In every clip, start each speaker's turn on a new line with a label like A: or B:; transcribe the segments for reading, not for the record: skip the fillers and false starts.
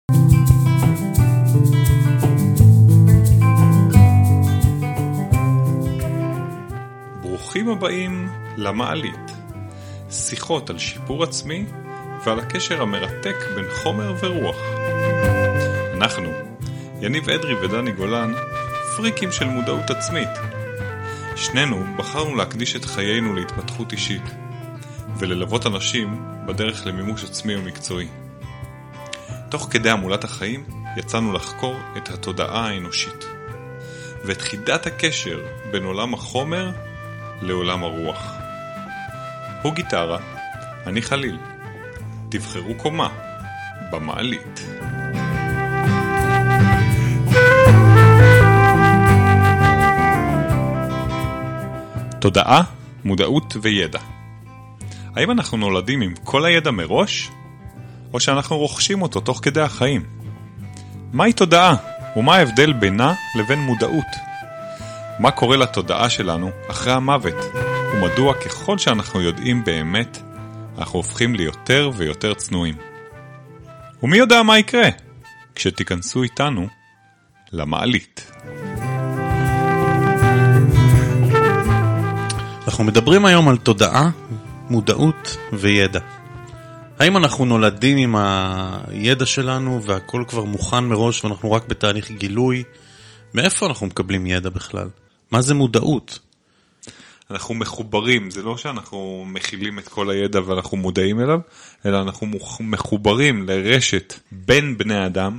A: ברוכים הבאים למעלית, שיחות על שיפור עצמי ועל הקשר המרתק בין חומר ורוח. אנחנו, יניב אדרי ודני גולן, פריקים של מודעות עצמית. שנינו בחרנו להקדיש את חיינו להתפתחות אישית, וללוות אנשים בדרך למימוש עצמי ומקצועי. תוך כדי עמולת החיים יצאנו לחקור את התודעה האנושית, ואת חידת הקשר בין עולם החומר לעולם הרוח. הוא גיטרה, אני חליל. תבחרו קומה במעלית. תודעה, מודעות וידע. האם אנחנו נולדים עם כל הידע מראש, או שאנחנו רוכשים אותו תוך כדי החיים? מהי תודעה, ומה ההבדל בינה לבין מודעות? מה קורה לתודעה שלנו אחרי המוות, ומדוע ככל שאנחנו יודעים באמת, אנחנו הופכים ליותר ויותר צנועים? ומי יודע מה יקרה כשתיכנסו איתנו למעלית?
B: אנחנו מדברים היום על תודעה, מודעות וידע. האם אנחנו נולדים עם הידע שלנו והכל כבר מוכן מראש ואנחנו רק בתהליך גילוי? מאיפה אנחנו מקבלים ידע בכלל? מה זה מודעות?
A: אנחנו מחוברים, זה לא שאנחנו מכילים את כל הידע ואנחנו מודעים אליו, אלא אנחנו מחוברים לרשת בין בני אדם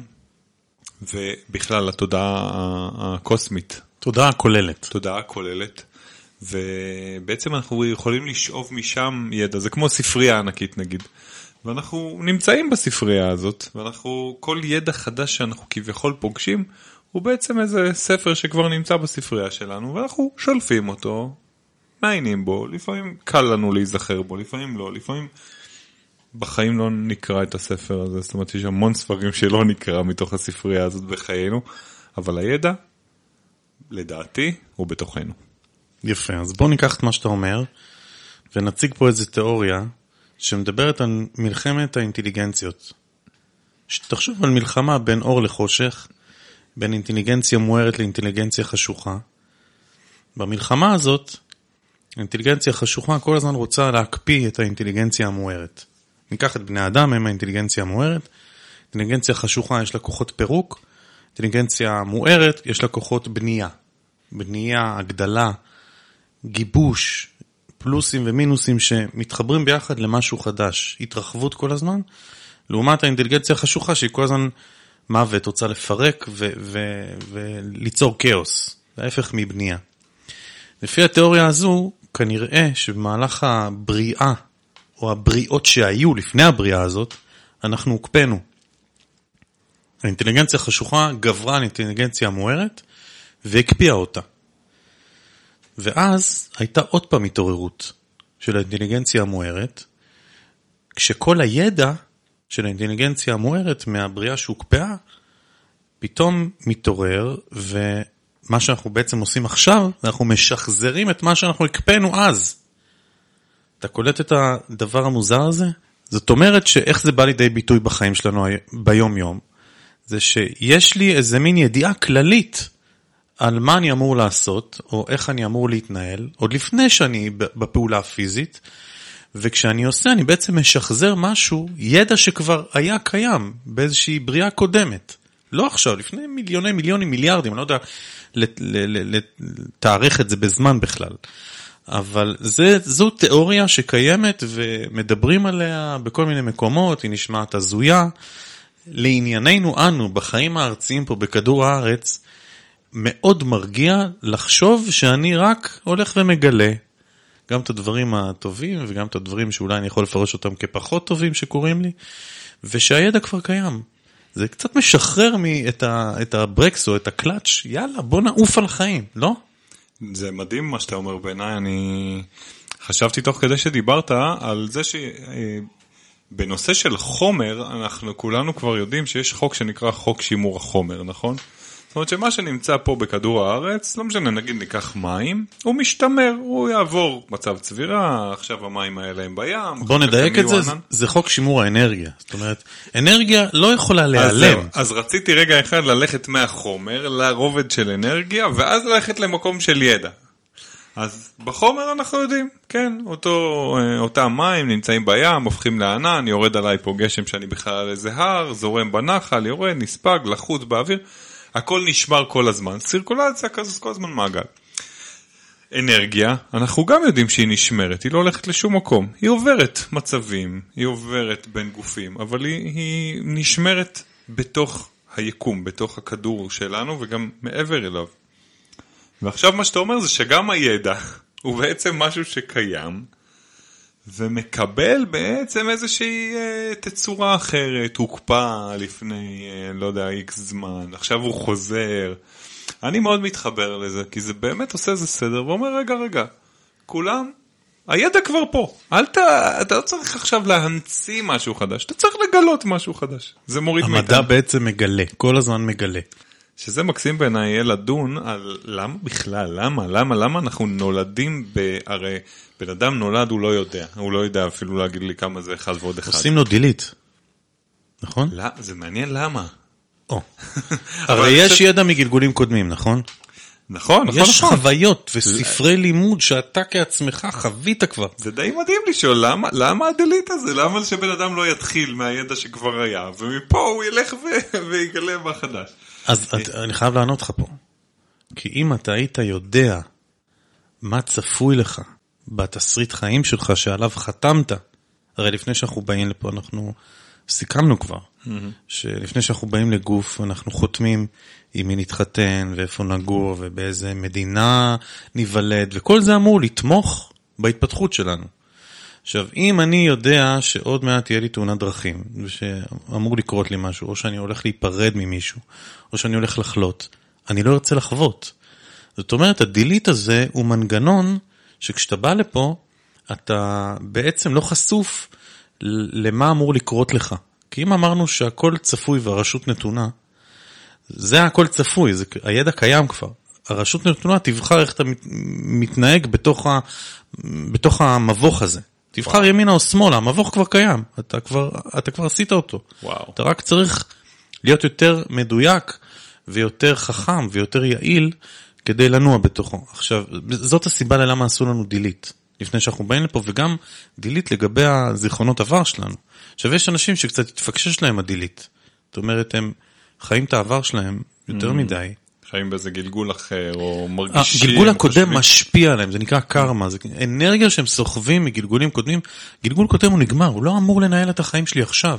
A: ובכלל לתודעה הקוסמית.
B: תודעה כוללת.
A: תודעה כוללת. ובעצם אנחנו יכולים לשאוב משם ידע, זה כמו ספרייה ענקית נגיד, ואנחנו נמצאים בספרייה הזאת, ואנחנו, כל ידע חדש שאנחנו כביכול פוגשים, הוא בעצם איזה ספר שכבר נמצא בספרייה שלנו, ואנחנו שולפים אותו, מעיינים בו, לפעמים קל לנו להיזכר בו, לפעמים לא, לפעמים בחיים לא נקרא את הספר הזה, זאת אומרת יש המון ספרים שלא נקרא מתוך הספרייה הזאת בחיינו, אבל הידע, לדעתי, הוא בתוכנו.
B: יפה, אז בוא ניקח את מה שאתה אומר, ונציג פה איזו תיאוריה, שמדברת על מלחמת האינטליגנציות. שתחשוב על מלחמה בין אור לחושך, בין אינטליגנציה מוארת לאינטליגנציה חשוכה. במלחמה הזאת, האינטליגנציה החשוכה כל הזמן רוצה להקפיא את האינטליגנציה המוארת. ניקח את בני אדם, הם האינטליגנציה המוארת. אינטליגנציה חשוכה יש לה כוחות פירוק, אינטליגנציה מוארת יש לה כוחות בנייה. בנייה, הגדלה, גיבוש, פלוסים ומינוסים שמתחברים ביחד למשהו חדש. התרחבות כל הזמן, לעומת האינטליגנציה החשוכה שהיא כל הזמן מוות, רוצה לפרק וליצור כאוס. זה ההפך מבנייה. לפי התיאוריה הזו, כנראה שבמהלך הבריאה, או הבריאות שהיו לפני הבריאה הזאת, אנחנו הוקפנו. האינטליגנציה החשוכה גברה על האינטליגנציה המוארת, והקפיאה אותה. ואז הייתה עוד פעם התעוררות של האינטליגנציה המוארת, כשכל הידע של האינטליגנציה המוארת מהבריאה שהוקפאה, פתאום מתעורר, ומה שאנחנו בעצם עושים עכשיו, אנחנו משחזרים את מה שאנחנו הקפאנו אז. אתה קולט את הדבר המוזר הזה? זאת אומרת שאיך זה בא לידי ביטוי בחיים שלנו ביום יום, זה שיש לי איזה מין ידיעה כללית, על מה אני אמור לעשות, או איך אני אמור להתנהל, עוד לפני שאני בפעולה הפיזית, וכשאני עושה, אני בעצם משחזר משהו, ידע שכבר היה קיים, באיזושהי בריאה קודמת. לא עכשיו, לפני מיליונים, מיליארדים, אני לא יודע לתארך את זה בזמן בכלל. אבל זו תיאוריה שקיימת, ומדברים עליה בכל מיני מקומות, היא נשמעת הזויה. לענייננו אנו, בחיים הארציים פה בכדור הארץ, מאוד מרגיע לחשוב שאני רק הולך ומגלה גם את הדברים הטובים וגם את הדברים שאולי אני יכול לפרש אותם כפחות טובים שקורים לי, ושהידע כבר קיים. זה קצת משחרר את הברקס או את הקלאץ', יאללה בוא נעוף על חיים, לא?
A: זה מדהים מה שאתה אומר בעיניי, אני חשבתי תוך כדי שדיברת על זה שבנושא של חומר אנחנו כולנו כבר יודעים שיש חוק שנקרא חוק שימור החומר, נכון? זאת אומרת שמה שנמצא פה בכדור הארץ, לא משנה, נגיד ניקח מים, הוא משתמר, הוא יעבור מצב צבירה, עכשיו המים האלה הם בים.
B: בוא נדייק את זה, זה חוק שימור האנרגיה. זאת אומרת, אנרגיה לא יכולה להיעלם.
A: אז רציתי רגע אחד ללכת מהחומר לרובד של אנרגיה, ואז ללכת למקום של ידע. אז בחומר אנחנו יודעים, כן, אותם מים נמצאים בים, הופכים לענן, יורד עליי פה גשם שאני בכלל על איזה הר, זורם בנחל, יורד, נספג, לחוץ באוויר, הכל נשמר כל הזמן, סירקולציה כזאת כל הזמן מעגל. אנרגיה, אנחנו גם יודעים שהיא נשמרת, היא לא הולכת לשום מקום, היא עוברת מצבים, היא עוברת בין גופים, אבל היא נשמרת בתוך היקום, בתוך הכדור שלנו וגם מעבר אליו. ועכשיו מה שאתה אומר זה שגם הידע הוא בעצם משהו שקיים, ומקבל בעצם איזושהי תצורה אחרת, הוקפא לפני, לא יודע, איקס זמן, עכשיו הוא חוזר. אני מאוד מתחבר לזה, כי זה באמת עושה איזה סדר, ואומר, רגע, כולם, הידע כבר פה. אתה לא צריך עכשיו להמציא משהו חדש, אתה צריך לגלות משהו חדש. זה מוריד מאיתנו.
B: המדע בעצם מגלה, כל הזמן מגלה.
A: שזה מקסים בעיניי יהיה לדון על למה בכלל, למה אנחנו נולדים, הרי בן אדם נולד הוא לא יודע אפילו להגיד לי כמה זה 1 ועוד 1.
B: עושים לו דילית, נכון?
A: לא, זה מעניין למה.
B: הרי יש ידע מגלגולים קודמים, נכון?
A: נכון.
B: יש חוויות וספרי לימוד שאתה כעצמך חווית כבר.
A: זה די מדהים לשאול, למה הדילית הזה? למה שבן אדם לא יתחיל מהידע שכבר היה, ומפה הוא ילך ויגלה מה חדש?
B: אז אני חייב לענות לך פה. כי אם אתה היית יודע מה צפוי לך בתסריט חיים שלך שעליו חתמת, הרי לפני שאנחנו באים לפה אנחנו סיכמנו כבר, שלפני שאנחנו באים לגוף אנחנו חותמים עם מי נתחתן ואיפה נגור ובאיזה מדינה ניוולד, וכל זה אמור לתמוך בהתפתחות שלנו. עכשיו, אם אני יודע שעוד מעט תהיה לי תאונת דרכים, ושאמור לקרות לי משהו, או שאני הולך להיפרד ממישהו, או שאני הולך לחלות, אני לא ארצה לחוות. זאת אומרת, הדילית הזה הוא מנגנון שכשאתה בא לפה, אתה בעצם לא חשוף למה אמור לקרות לך. כי אם אמרנו שהכל צפוי והרשות נתונה, זה הכל צפוי, הידע קיים כבר. הרשות נתונה תבחר איך אתה מתנהג בתוך המבוך הזה. תבחר ימינה או שמאלה, המבוך כבר קיים, אתה כבר עשית אותו.
A: וואו.
B: אתה רק צריך להיות יותר מדויק ויותר חכם ויותר יעיל כדי לנוע בתוכו. עכשיו, זאת הסיבה ללמה עשו לנו דילית, לפני שאנחנו באים לפה, וגם דילית לגבי הזיכרונות עבר שלנו. עכשיו, יש אנשים שקצת התפקשש להם הדילית. זאת אומרת, הם חיים את העבר שלהם יותר מדי.
A: חיים באיזה גלגול אחר, או מרגישים.
B: הגלגול הקודם משפיע עליהם, זה נקרא קרמה, זה אנרגיה שהם סוחבים מגלגולים קודמים. גלגול קודם הוא נגמר, הוא לא אמור לנהל את החיים שלי עכשיו.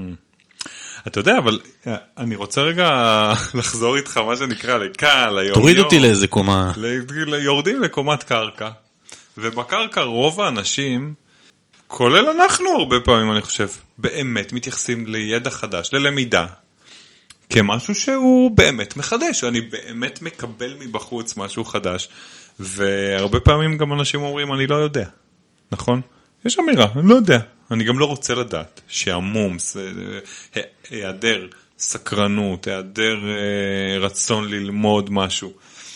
A: אתה יודע, אבל אני רוצה רגע לחזור איתך מה שנקרא לקהל היום.
B: תוריד אותי לאיזה קומה.
A: יורדים לקומת קרקע, ובקרקע רוב האנשים, כולל אנחנו הרבה פעמים אני חושב, באמת מתייחסים לידע חדש, ללמידה. כמשהו שהוא באמת מחדש, אני באמת מקבל מבחוץ משהו חדש, והרבה פעמים גם אנשים אומרים, אני לא יודע, נכון? יש אמירה, אני לא יודע, אני גם לא רוצה לדעת, שעמום, היעדר סקרנות, היעדר רצון ללמוד משהו,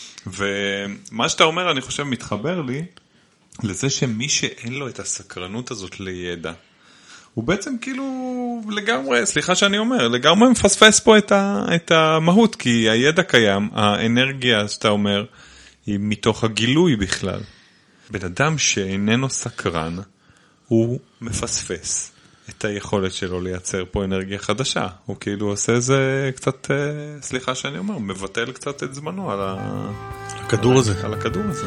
A: ומה שאתה אומר, אני חושב, מתחבר לי, לזה שמי שאין לו את הסקרנות הזאת לידע, הוא בעצם כאילו לגמרי, סליחה שאני אומר, לגמרי מפספס פה את המהות, כי הידע קיים, האנרגיה שאתה אומר, היא מתוך הגילוי בכלל. בן אדם שאיננו סקרן, הוא מפספס את היכולת שלו לייצר פה אנרגיה חדשה. הוא כאילו עושה איזה קצת, סליחה שאני אומר, מבטל קצת את זמנו על
B: הכדור הזה.
A: על הכדור הזה.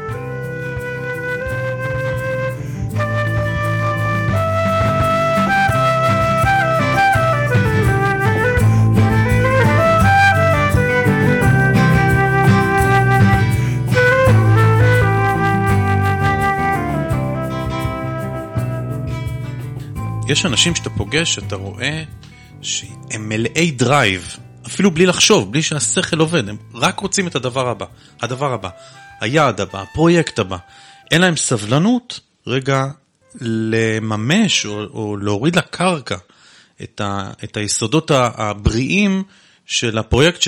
B: יש אנשים שאתה פוגש, שאתה רואה שהם מלאי דרייב, אפילו בלי לחשוב, בלי שהשכל עובד, הם רק רוצים את הדבר הבא, היעד הבא, הפרויקט הבא. אין להם סבלנות רגע לממש או להוריד לקרקע את היסודות הבריאים של הפרויקט שלהם.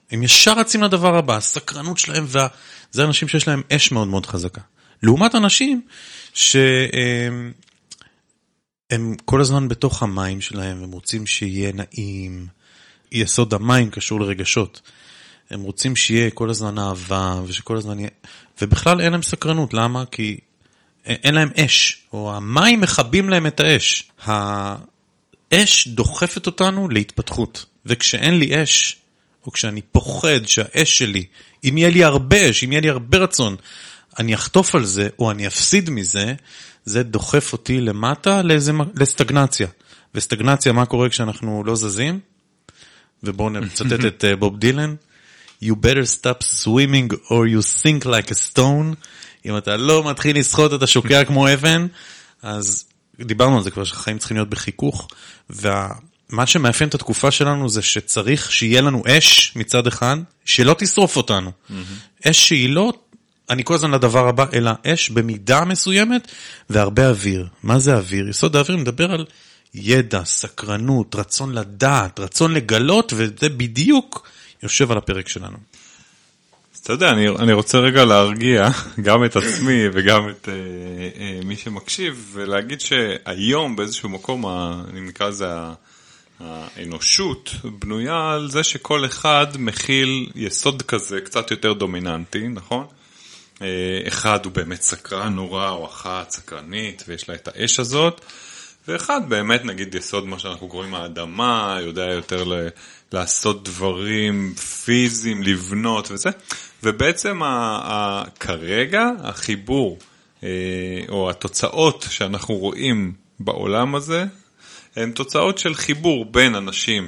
B: הם ישר רצים לדבר הבא, הסקרנות שלהם, זה אנשים שיש להם אש מאוד מאוד חזקה. לעומת אנשים שהם כל הזמן בתוך המים שלהם, הם רוצים שיהיה נעים, יסוד המים קשור לרגשות. הם רוצים שיהיה כל הזמן אהבה, ושכל הזמן יהיה, ובכלל אין להם סקרנות, למה? כי אין להם אש, או המים מחבים להם את האש. האש דוחפת אותנו להתפתחות, וכשאין לי אש, או כשאני פוחד שהאש שלי, אם יהיה לי הרבה אש, אם יהיה לי הרבה רצון, אני אחטוף על זה, או אני אפסיד מזה, זה דוחף אותי למטה לסטגנציה. וסטגנציה, מה קורה כשאנחנו לא זזים? ובואו נצטט את בוב דילן, You better stop swimming or you sink like a stone. אם אתה לא מתחיל לשחות, אתה שוקע כמו אבן. אז דיברנו על זה כבר, שהחיים צריכים להיות בחיכוך, ומה שמאפיין את התקופה שלנו זה שצריך שיהיה לנו אש מצד אחד, שלא תשרוף אותנו. אש שהיא לא, אני כל הזמן לדבר הבא, אלא אש במידה מסוימת, והרבה אוויר. מה זה אוויר? יסוד האוויר מדבר על ידע, סקרנות, רצון לדעת, רצון לגלות, וזה בדיוק יושב על הפרק שלנו.
A: אתה יודע, אני רוצה רגע להרגיע גם את עצמי וגם את מי שמקשיב, ולהגיד שהיום באיזשהו מקום, אני נקרא לזה האנושות, בנויה על זה שכל אחד מכיל יסוד כזה קצת יותר דומיננטי, נכון? אחד הוא באמת סקרן נורא, או אחת סקרנית, ויש לה את האש הזאת, ואחד באמת נגיד יסוד מה שאנחנו קוראים האדמה, יודע יותר לעשות דברים פיזיים, לבנות וזה, ובעצם כרגע החיבור או התוצאות שאנחנו רואים בעולם הזה, הן תוצאות של חיבור בין אנשים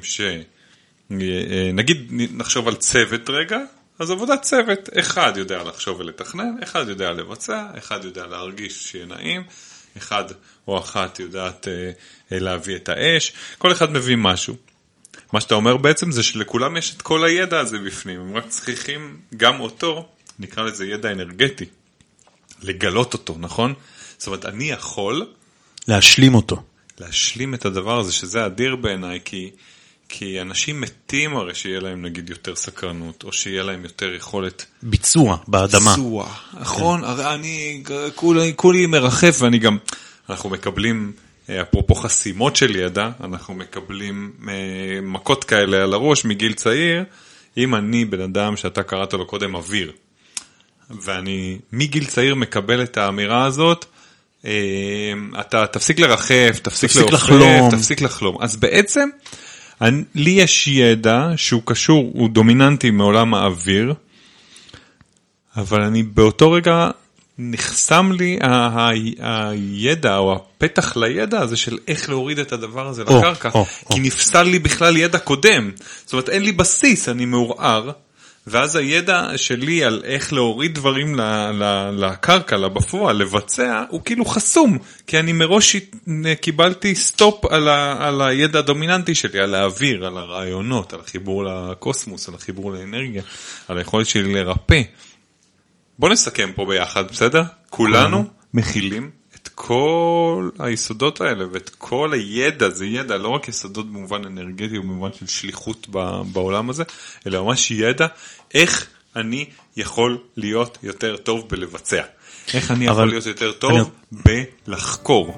A: נגיד נחשוב על צוות רגע, אז עבודת צוות, אחד יודע לחשוב ולתכנן, אחד יודע לבצע, אחד יודע להרגיש שיהיה נעים, אחד או אחת יודעת להביא את האש, כל אחד מביא משהו. מה שאתה אומר בעצם זה שלכולם יש את כל הידע הזה בפנים, הם רק צריכים גם אותו, נקרא לזה ידע אנרגטי, לגלות אותו, נכון? זאת אומרת, אני יכול
B: להשלים אותו.
A: להשלים את הדבר הזה, שזה אדיר בעיניי, כי אנשים מתים הרי שיהיה להם נגיד יותר סקרנות, או שיהיה להם יותר יכולת
B: ביצוע באדמה.
A: ביצוע, נכון? הרי אני כולי מרחף, ואני גם, אנחנו מקבלים, אפרופו חסימות של ידע, אנחנו מקבלים מכות כאלה על הראש מגיל צעיר, אם אני בן אדם שאתה קראת לו קודם אוויר, ואני מגיל צעיר מקבל את האמירה הזאת, אתה תפסיק לרחף, תפסיק
B: לחלום.
A: תפסיק לחלום. אז בעצם, לי יש ידע שהוא קשור, הוא דומיננטי מעולם האוויר, אבל אני באותו רגע נחסם לי הידע או הפתח לידע הזה של איך להוריד את הדבר הזה לקרקע, כי נפסל לי בכלל ידע קודם. זאת אומרת, אין לי בסיס, אני מעורער, ואז הידע שלי על איך להוריד דברים לקרקע, לבפוע, לבצע, הוא כאילו חסום, כי אני מראש קיבלתי סטופ על הידע הדומיננטי שלי, על האוויר, על הרעיונות, על החיבור לקוסמוס, על החיבור לאנרגיה, על היכולת שלי לרפא. בוא נסכם פה ביחד, בסדר? כולנו מכילים את כל היסודות האלה, ואת כל הידע, זה ידע, לא רק יסודות במובן אנרגטי, או במובן של שליחות בעולם הזה, אלא ממש ידע, איך אני יכול להיות יותר טוב בלבצע. איך אני יכול להיות יותר טוב בלחקור.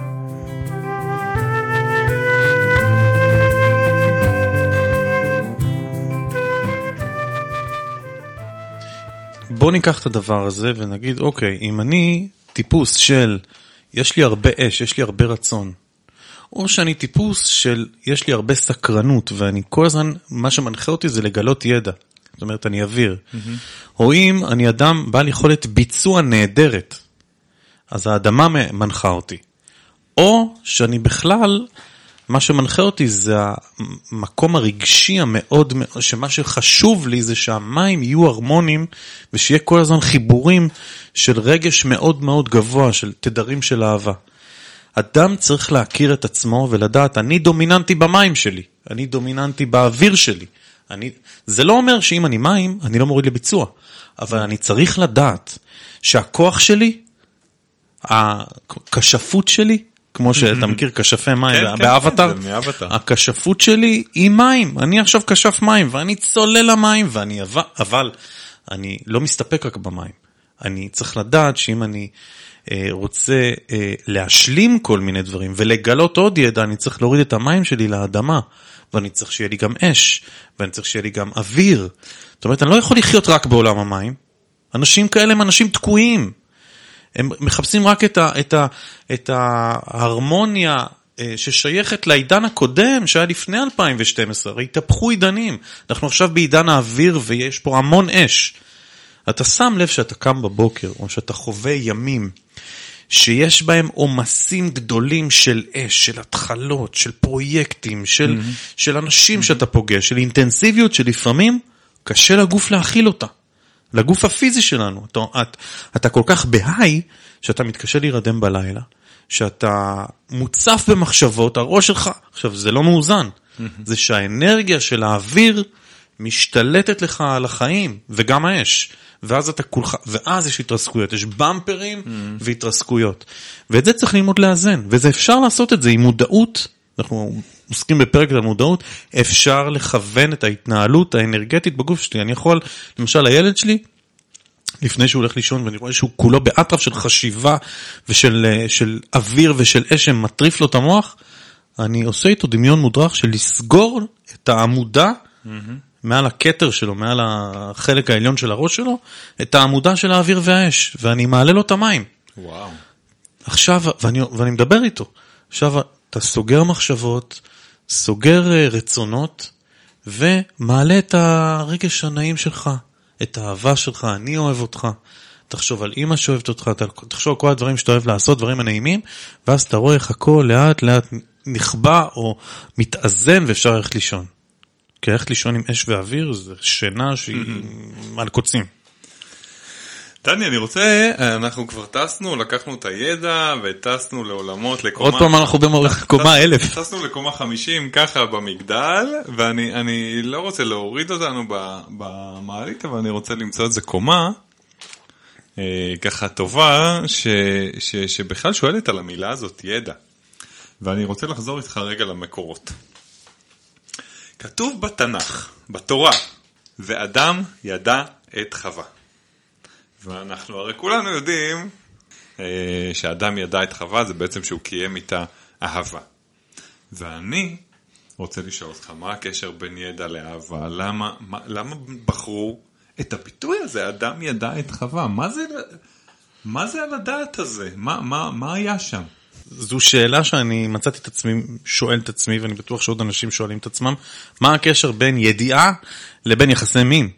B: בוא ניקח את הדבר הזה ונגיד, אוקיי, אם אני טיפוס של יש לי הרבה אש, יש לי הרבה רצון, או שאני טיפוס של יש לי הרבה סקרנות, ואני כל הזמן, מה שמנחה אותי זה לגלות ידע. זאת אומרת, אני אוויר. או אם אני אדם בעל יכולת ביצוע נהדרת, אז האדמה מנחה אותי. או שאני בכלל, מה שמנחה אותי זה המקום הרגשי המאוד, שמה שחשוב לי זה שהמים יהיו הרמונים, ושיהיה כל הזמן חיבורים של רגש מאוד מאוד גבוה, של תדרים של אהבה. אדם צריך להכיר את עצמו ולדעת, אני דומיננטי במים שלי, אני דומיננטי באוויר שלי. זה לא אומר שאם אני מים, אני לא מוריד לביצוע, אבל אני צריך לדעת שהכוח שלי, הכשפות שלי, כמו שאתה מכיר, כשפי מים באבטר.
A: זה מאבטר.
B: הכשפות שלי היא מים. אני עכשיו כשף מים, ואני צולל למים, אבל אני לא מסתפק רק במים. אני צריך לדעת שאם אני רוצה להשלים כל מיני דברים, ולגלות עוד ידע, אני צריך להוריד את המים שלי לאדמה, ואני צריך שיהיה לי גם אש, ואני צריך שיהיה לי גם אוויר. זאת אומרת, אני לא יכול לחיות רק בעולם המים. אנשים כאלה הם אנשים תקועים. הם מחפשים רק את ההרמוניה ששייכת לעידן הקודם, שהיה לפני 2012. התהפכו עידנים. אנחנו עכשיו בעידן האוויר, ויש פה המון אש. אתה שם לב שאתה קם בבוקר, או שאתה חווה ימים, שיש בהם עומסים גדולים של אש, של התחלות, של פרויקטים, של אנשים שאתה פוגש, של אינטנסיביות שלפעמים קשה לגוף להכיל אותה. לגוף הפיזי שלנו. אתה כל כך בהיי, שאתה מתקשה להירדם בלילה, שאתה מוצף במחשבות, הראש שלך, עכשיו זה לא מאוזן, זה שהאנרגיה של האוויר משתלטת לך על החיים, וגם האש. ואז יש התרסקויות, יש במפרים והתרסקויות. ואת זה צריך ללמוד לאזן, וזה אפשר לעשות את זה עם מודעות, אנחנו עוסקים בפרק על מודעות, אפשר לכוון את ההתנהלות האנרגטית בגוף שלי. אני יכול, למשל הילד שלי, לפני שהוא הולך לישון, ואני רואה שהוא כולו באטרף של חשיבה, ושל אוויר ושל אשם, מטריף לו את המוח, אני עושה איתו דמיון מודרך של לסגור את העמודה, מעל הכתר שלו, מעל החלק העליון של הראש שלו, את העמודה של האוויר והאש, ואני מעלה לו את המים.
A: וואו.
B: עכשיו, ואני מדבר איתו, עכשיו אתה סוגר מחשבות, סוגר רצונות, ומעלה את הרגש הנעים שלך, את האהבה שלך, אני אוהב אותך, תחשוב על אמא שאוהבת אותך, תחשוב על כל הדברים שאתה אוהב לעשות, דברים הנעימים, ואז אתה רואה איך הכל לאט לאט נכבה או מתאזן ואפשר ללכת לישון. כי ללכת לישון עם אש ואוויר זה שינה שהיא על קוצים.
A: דני, אני רוצה, אנחנו כבר טסנו, לקחנו את הידע וטסנו לעולמות, לקומה...
B: עוד פעם אנחנו בקומה 1000.
A: טסנו לקומה 50 ככה במגדל, ואני לא רוצה להוריד אותנו במעלית, אבל אני רוצה למצוא את זה קומה, ככה טובה, שבכלל שואלת על המילה הזאת ידע. ואני רוצה לחזור איתך רגע למקורות. כתוב בתנ"ך, בתורה, ואדם ידע את חווה. ואנחנו הרי כולנו יודעים שאדם ידע את חווה, זה בעצם שהוא קיים איתה אהבה. ואני רוצה לשאול אותך, מה הקשר בין ידע לאהבה? למה בחרו את הביטוי הזה, אדם ידע את חווה? מה זה על הדעת הזה? מה היה שם?
B: זו שאלה שאני מצאתי את עצמי, שואל את עצמי, ואני בטוח שעוד אנשים שואלים את עצמם, מה הקשר בין ידיעה לבין יחסי מין?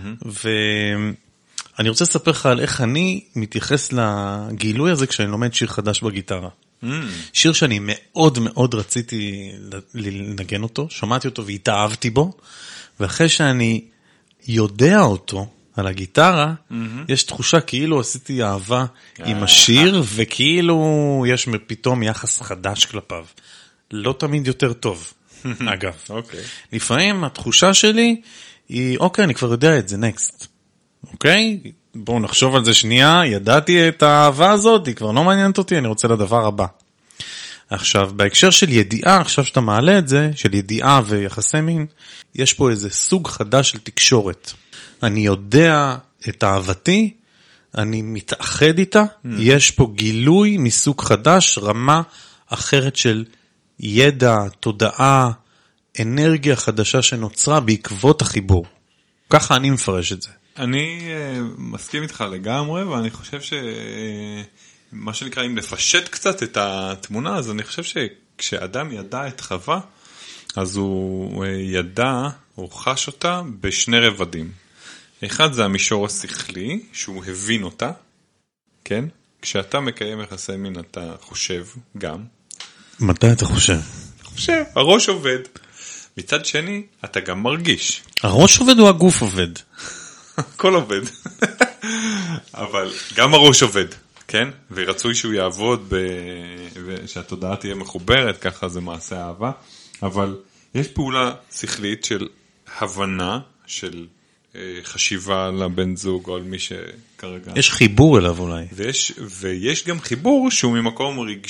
B: ואני רוצה לספר לך על איך אני מתייחס לגילוי הזה כשאני לומד שיר חדש בגיטרה. שיר שאני מאוד מאוד רציתי לנגן אותו, שמעתי אותו והתאהבתי בו, ואחרי שאני יודע אותו, על הגיטרה, יש תחושה כאילו עשיתי אהבה עם השיר, וכאילו יש פתאום יחס חדש כלפיו. לא תמיד יותר טוב, אגב. לפעמים התחושה שלי היא, אוקיי, אני כבר יודע את זה, נקסט. אוקיי? בואו נחשוב על זה שנייה, ידעתי את האהבה הזאת, היא כבר לא מעניינת אותי, אני רוצה לדבר הבא. עכשיו, בהקשר של ידיעה, עכשיו שאתה מעלה את זה, של ידיעה ויחסי מין, יש פה איזה סוג חדש של תקשורת. אני יודע את אהבתי, אני מתאחד איתה, יש פה גילוי מסוג חדש, רמה אחרת של ידע, תודעה, אנרגיה חדשה שנוצרה בעקבות החיבור. ככה אני מפרש את זה.
A: אני מסכים איתך לגמרי, ואני חושב מה שנקרא, אם לפשט קצת את התמונה, אז אני חושב שכשאדם ידע את חווה, אז הוא ידע, הוא חש אותה בשני רבדים. אחד זה המישור השכלי, שהוא הבין אותה, כן? כשאתה מקיים יחסי מין, אתה חושב גם.
B: מתי אתה חושב?
A: חושב, הראש עובד. מצד שני, אתה גם מרגיש.
B: הראש עובד או הגוף עובד?
A: הכל עובד. אבל גם הראש עובד, כן? ורצוי שהוא יעבוד, ושהתודעה תהיה מחוברת, ככה זה מעשה אהבה. אבל יש פעולה שכלית של הבנה, של חשיבה לבן זוג או על מי שכרגע...
B: יש חיבור אליו אולי.
A: ויש גם חיבור שהוא ממקום רגשי.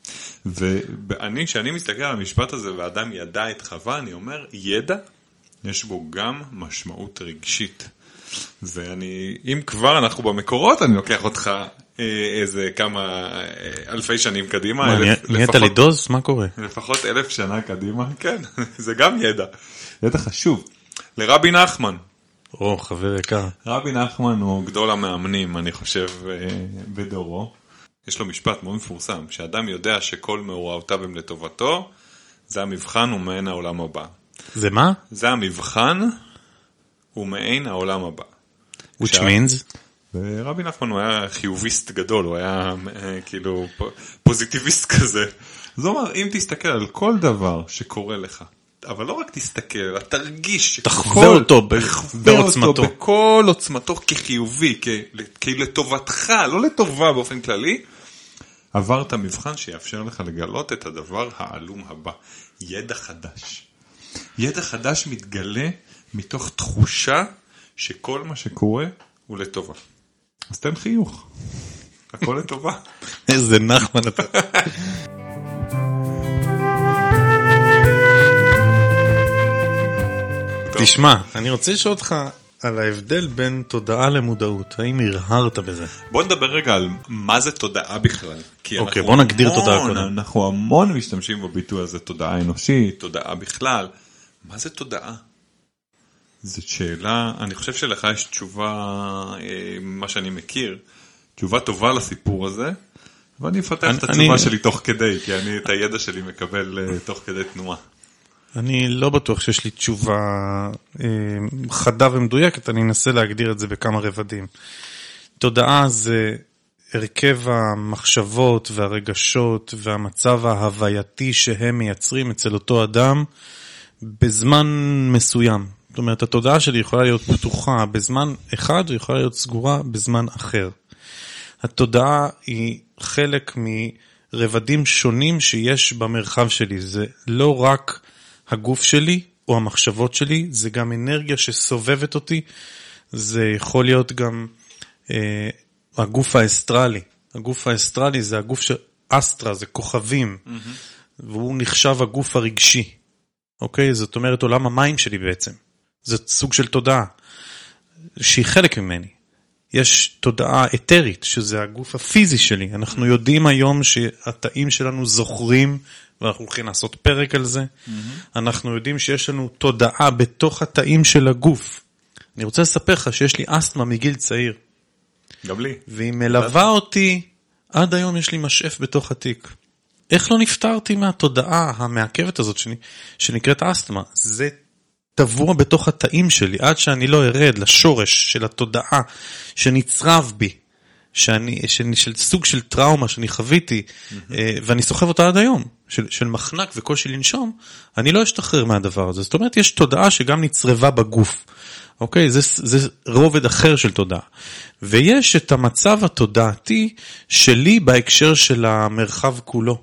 A: כשאני מסתכל על המשפט הזה, ואדם ידע את חווה, אני אומר, ידע, יש בו גם משמעות רגשית. אם כבר אנחנו במקורות, אני לוקח אותך איזה כמה אלפי שנים קדימה.
B: נהיית לי דוז? מה קורה?
A: לפחות 1000 שנה קדימה, כן, זה גם ידע. ידע חשוב. לרבי נחמן.
B: חבר יקר.
A: רבי נחמן הוא גדול המאמנים, אני חושב, בדורו. יש לו משפט מאוד מפורסם, שאדם יודע שכל מאורעותיו הם לטובתו, זה המבחן ומעין העולם הבא.
B: זה מה?
A: זה המבחן ומעין העולם הבא.
B: Which means?
A: ורבי נחמן הוא היה חיוביסט גדול, הוא היה כאילו פוזיטיביסט כזה. זאת אומרת, אם תסתכל על כל דבר שקורה לך, אבל לא רק תסתכל, אלא תרגיש,
B: תחווה אותו בעוצמתו.
A: בכל עוצמתו כחיובי, לטובתך, לא לטובה באופן כללי, עברת מבחן שיאפשר לך לגלות את הדבר העלום הבא, ידע חדש. ידע חדש מתגלה מתוך תחושה שכל מה שקורה הוא לטובה. אז תן חיוך, הכל לטובה.
B: איזה נחמן אתה. תשמע, אני רוצה לשאול אותך על ההבדל בין תודעה למודעות. האם הרהרת בזה?
A: בוא נדבר רגע על מה זה תודעה בכלל.
B: אוקיי, בוא נגדיר תודעה קודם.
A: אנחנו המון משתמשים בביטוי הזה, תודעה אנושית, תודעה בכלל. מה זה תודעה? זאת שאלה, אני חושב שלך יש תשובה, מה שאני מכיר, תשובה טובה לסיפור הזה, ואני אפתח את התשובה שלי תוך כדי, כי אני את הידע שלי מקבל תוך כדי תנועה.
B: אני לא בטוח שיש לי תשובה חדה ומדויקת, אני אנסה להגדיר את זה בכמה רבדים. תודעה זה הרכב המחשבות והרגשות והמצב ההווייתי שהם מייצרים אצל אותו אדם בזמן מסוים. זאת אומרת, התודעה שלי יכולה להיות פתוחה בזמן אחד, או יכולה להיות סגורה בזמן אחר. התודעה היא חלק מרבדים שונים שיש במרחב שלי. זה לא רק הגוף שלי או המחשבות שלי, זה גם אנרגיה שסובבת אותי, זה יכול להיות גם הגוף האסטרלי. הגוף האסטרלי זה הגוף של אסטרה, זה כוכבים, והוא נחשב הגוף הרגשי. אוקיי? זאת אומרת עולם המים שלי בעצם. זה סוג של תודעה שהיא חלק ממני. יש תודעה אתרית, שזה הגוף הפיזי שלי. אנחנו יודעים היום שהתאים שלנו זוכרים, ואנחנו הולכים לעשות פרק על זה. אנחנו יודעים שיש לנו תודעה בתוך התאים של הגוף. אני רוצה לספר לך שיש לי אסתמה מגיל צעיר.
A: גם לי.
B: והיא מלווה אותי, עד היום יש לי משאף בתוך התיק. איך לא נפטרתי מהתודעה המעכבת הזאת שנקראת אסתמה? זה טבוע בתוך התאים שלי, עד שאני לא ארד לשורש של התודעה שנצרב בי, של סוג של טראומה שאני חוויתי, ואני סוחב אותה עד היום, של מחנק וקושי לנשום, אני לא אשתחרר מהדבר הזה. זאת אומרת, יש תודעה שגם נצרבה בגוף. אוקיי? זה רובד אחר של תודעה. ויש את המצב התודעתי שלי בהקשר של המרחב כולו.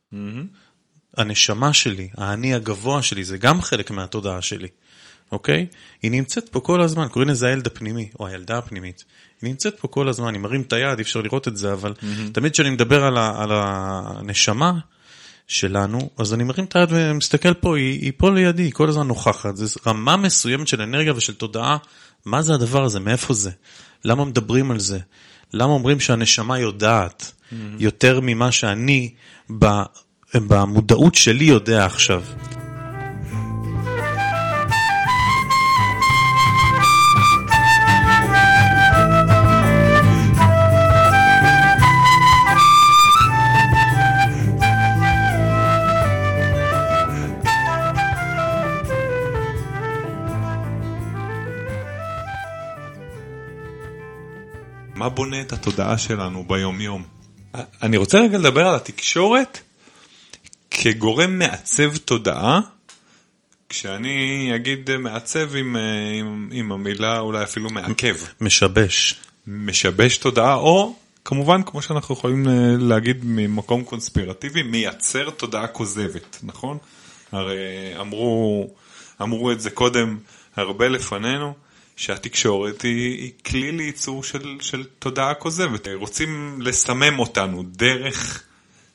B: הנשמה שלי, האני הגבוה שלי, זה גם חלק מהתודעה שלי. אוקיי? היא נמצאת פה כל הזמן, קוראים לזה הילד הפנימי, או הילדה הפנימית. היא נמצאת פה כל הזמן, אני מרים את היד, אי אפשר לראות את זה, אבל תמיד כשאני מדבר על הנשמה שלנו, אז אני מרים את היד ומסתכל פה, היא פה לידי, היא כל הזמן נוכחת. זו רמה מסוימת של אנרגיה ושל תודעה. מה זה הדבר הזה? מאיפה זה? למה מדברים על זה? למה אומרים שהנשמה יודעת יותר ממה שאני במודעות שלי יודע עכשיו?
A: מה בונה את התודעה שלנו ביום יום? אני רוצה רגע לדבר על התקשורת כגורם מעצב תודעה, כשאני אגיד מעצב עם המילה אולי אפילו מעכב. משבש תודעה, או כמובן כמו שאנחנו יכולים להגיד ממקום קונספירטיבי, מייצר תודעה כוזבת, נכון? הרי אמרו את זה קודם הרבה לפנינו, שהתקשורת היא כלי לייצור של תודעה כוזבת. רוצים לסמם אותנו דרך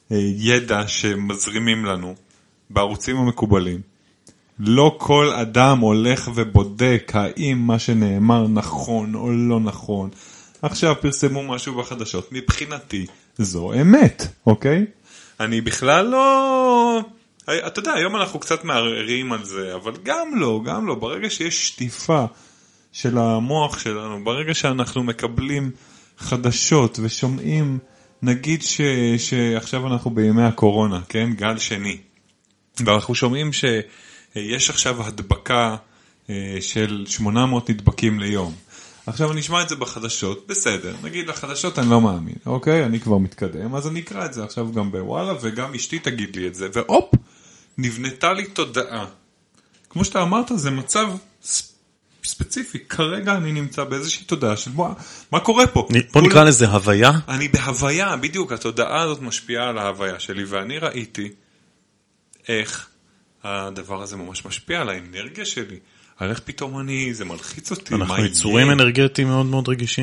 A: ידע שמזרימים לנו בערוצים המקובלים. לא כל אדם הולך ובודק האם מה שנאמר נכון או לא נכון. עכשיו פרסמו משהו בחדשות, מבחינתי זו אמת, אוקיי? אני בכלל לא... אתה יודע, היום אנחנו קצת מערערים על זה, אבל גם לא. ברגע שיש שטיפה של המוח שלנו, ברגע שאנחנו מקבלים חדשות ושומעים, נגיד שעכשיו אנחנו בימי הקורונה, כן? גל שני. ואנחנו שומעים שיש עכשיו הדבקה של 800 נדבקים ליום. עכשיו אני אשמע את זה בחדשות, בסדר, נגיד לחדשות אני לא מאמין, אוקיי? אני כבר מתקדם, אז אני אקרא את זה עכשיו גם בוואלה, וגם אשתי תגיד לי את זה, ואופ, נבנתה לי תודעה. כמו שאתה אמרת, זה מצב ספציפי, כרגע אני נמצא באיזושהי תודעה של מה קורה פה?
B: בוא נקרא לזה הוויה.
A: אני בהוויה, בדיוק, התודעה הזאת משפיעה על ההוויה שלי, ואני ראיתי איך הדבר הזה ממש משפיע על האנרגיה שלי. על איך פתאום זה מלחיץ אותי.
B: אנחנו יצורים אנרגטיים מאוד מאוד רגישים.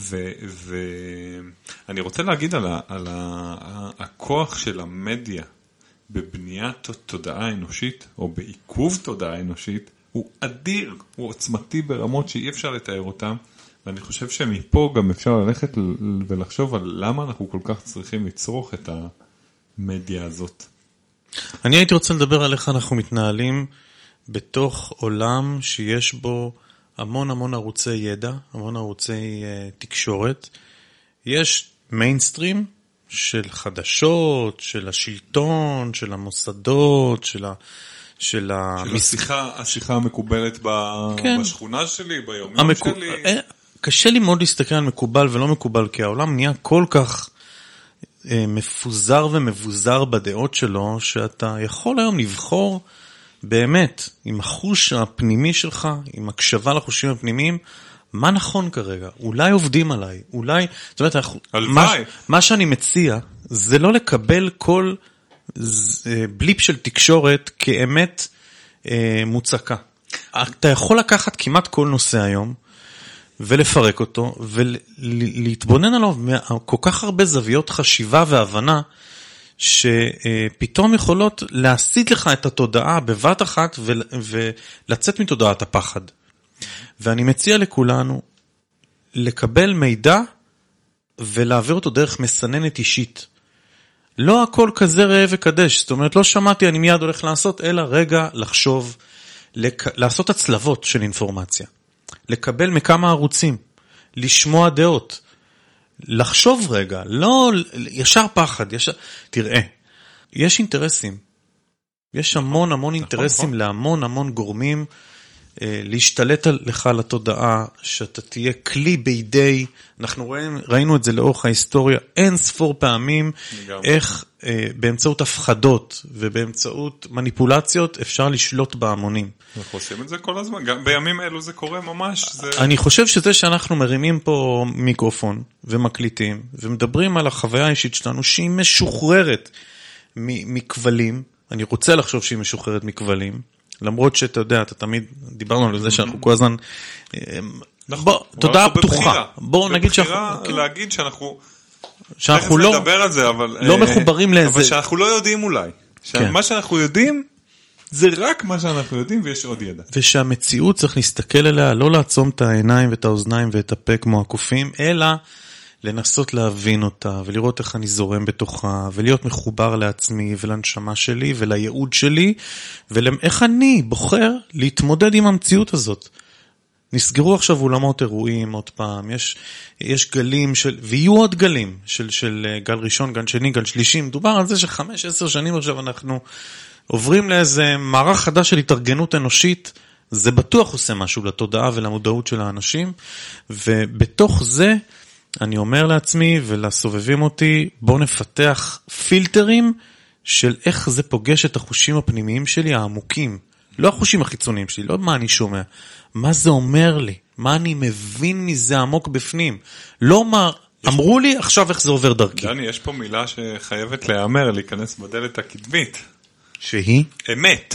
A: ואני רוצה להגיד על הכוח של המדיה בבניית תודעה אנושית, או בעיכוב תודעה אנושית, הוא אדיר, הוא עוצמתי ברמות שאי אפשר לתאר אותם, ואני חושב שמפה גם אפשר ללכת ולחשוב על למה אנחנו כל כך צריכים לצרוך את המדיה הזאת.
B: אני הייתי רוצה לדבר על איך אנחנו מתנהלים בתוך עולם שיש בו המון ערוצי ידע, המון ערוצי תקשורת. יש מיינסטרים של חדשות, של השלטון, של המוסדות, של
A: השיחה המקובלת בשכונה שלי, ביום שלי.
B: קשה לי מאוד להסתכל על מקובל ולא מקובל, כי העולם נהיה כל כך מפוזר ומבוזר בדעות שלו, שאתה יכול היום לבחור באמת, עם החוש הפנימי שלך, עם הקשבה לחושים הפנימיים, מה נכון כרגע? אולי עובדים עליי, אולי, זאת אומרת, מה שאני מציע, זה לא לקבל כל בליפ של תקשורת כאמת מוצקה. אתה יכול לקחת כמעט כל נושא היום, ולפרק אותו, ולהתבונן עליו כל כך הרבה זוויות חשיבה והבנה, שפתאום יכולות להסיט לך את התודעה בבת אחת ולצאת מתודעת הפחד. ואני מציע לכולנו לקבל מידע ולהעביר אותו דרך מסננת אישית. לא הכל כזה ראה וקדש, זאת אומרת לא שמעתי אני מיד הולך לעשות, אלא רגע לחשוב, לעשות הצלבות של אינפורמציה, לקבל מכמה ערוצים, לשמוע דעות, לחשוב רגע, לא ישר פחד, תראה, יש אינטרסים, יש המון אינטרסים להמון גורמים, להשתלט לך על התודעה, שאתה תהיה כלי בידי, אנחנו ראינו את זה לאורך ההיסטוריה, אין ספור פעמים, איך באמצעות הפחדות ובאמצעות מניפולציות אפשר לשלוט בהמונים.
A: אנחנו עושים את זה כל הזמן, גם בימים אלו זה קורה ממש.
B: אני חושב שזה שאנחנו מרימים פה מיקרופון ומקליטים, ומדברים על החוויה האישית שלנו, שהיא משוחררת מכבלים, אני רוצה לחשוב שהיא משוחררת מכבלים, למרות שאתה יודע, אתה תמיד דיברנו על זה שאנחנו כל הזמן, תודעה פתוחה. בואו נגיד שאנחנו...
A: להגיד שאנחנו
B: לא...
A: נדבר על זה, אבל...
B: לא מחוברים לאיזה...
A: אבל שאנחנו לא יודעים אולי. מה שאנחנו יודעים, זה רק מה שאנחנו יודעים, ויש עוד ידע.
B: ושהמציאות צריך להסתכל אליה, לא לעצום את העיניים ואת האוזניים ואת הפה כמו הקופים, אלא לנסות להבין אותה, ולראות איך אני זורם בתוכה, ולהיות מחובר לעצמי ולנשמה שלי ולייעוד שלי, ואיך אני בוחר להתמודד עם המציאות הזאת. נסגרו עכשיו אולמות אירועים עוד פעם, יש גלים ויהיו עוד גלים של גל ראשון, גל שני, גל שלישי, מדובר על זה ש5-10 שנים עכשיו אנחנו עוברים לאיזה מערך חדש של התארגנות אנושית, זה בטוח עושה משהו לתודעה ולמודעות של האנשים, ובתוך זה אני אומר לעצמי ולסובבים אותי, בוא נפתח פילטרים של איך זה פוגש את החושים הפנימיים שלי העמוקים, לא החושים החיצוניים שלי, לא מה אני שומע, מה זה אומר לי, מה אני מבין מזה עמוק בפנים, לא מה אמרו לי עכשיו איך זה עובר דרכי.
A: דני, יש פה מילה שחייבת להיאמר, להיכנס בדלת הקדמית.
B: שהיא?
A: אמת.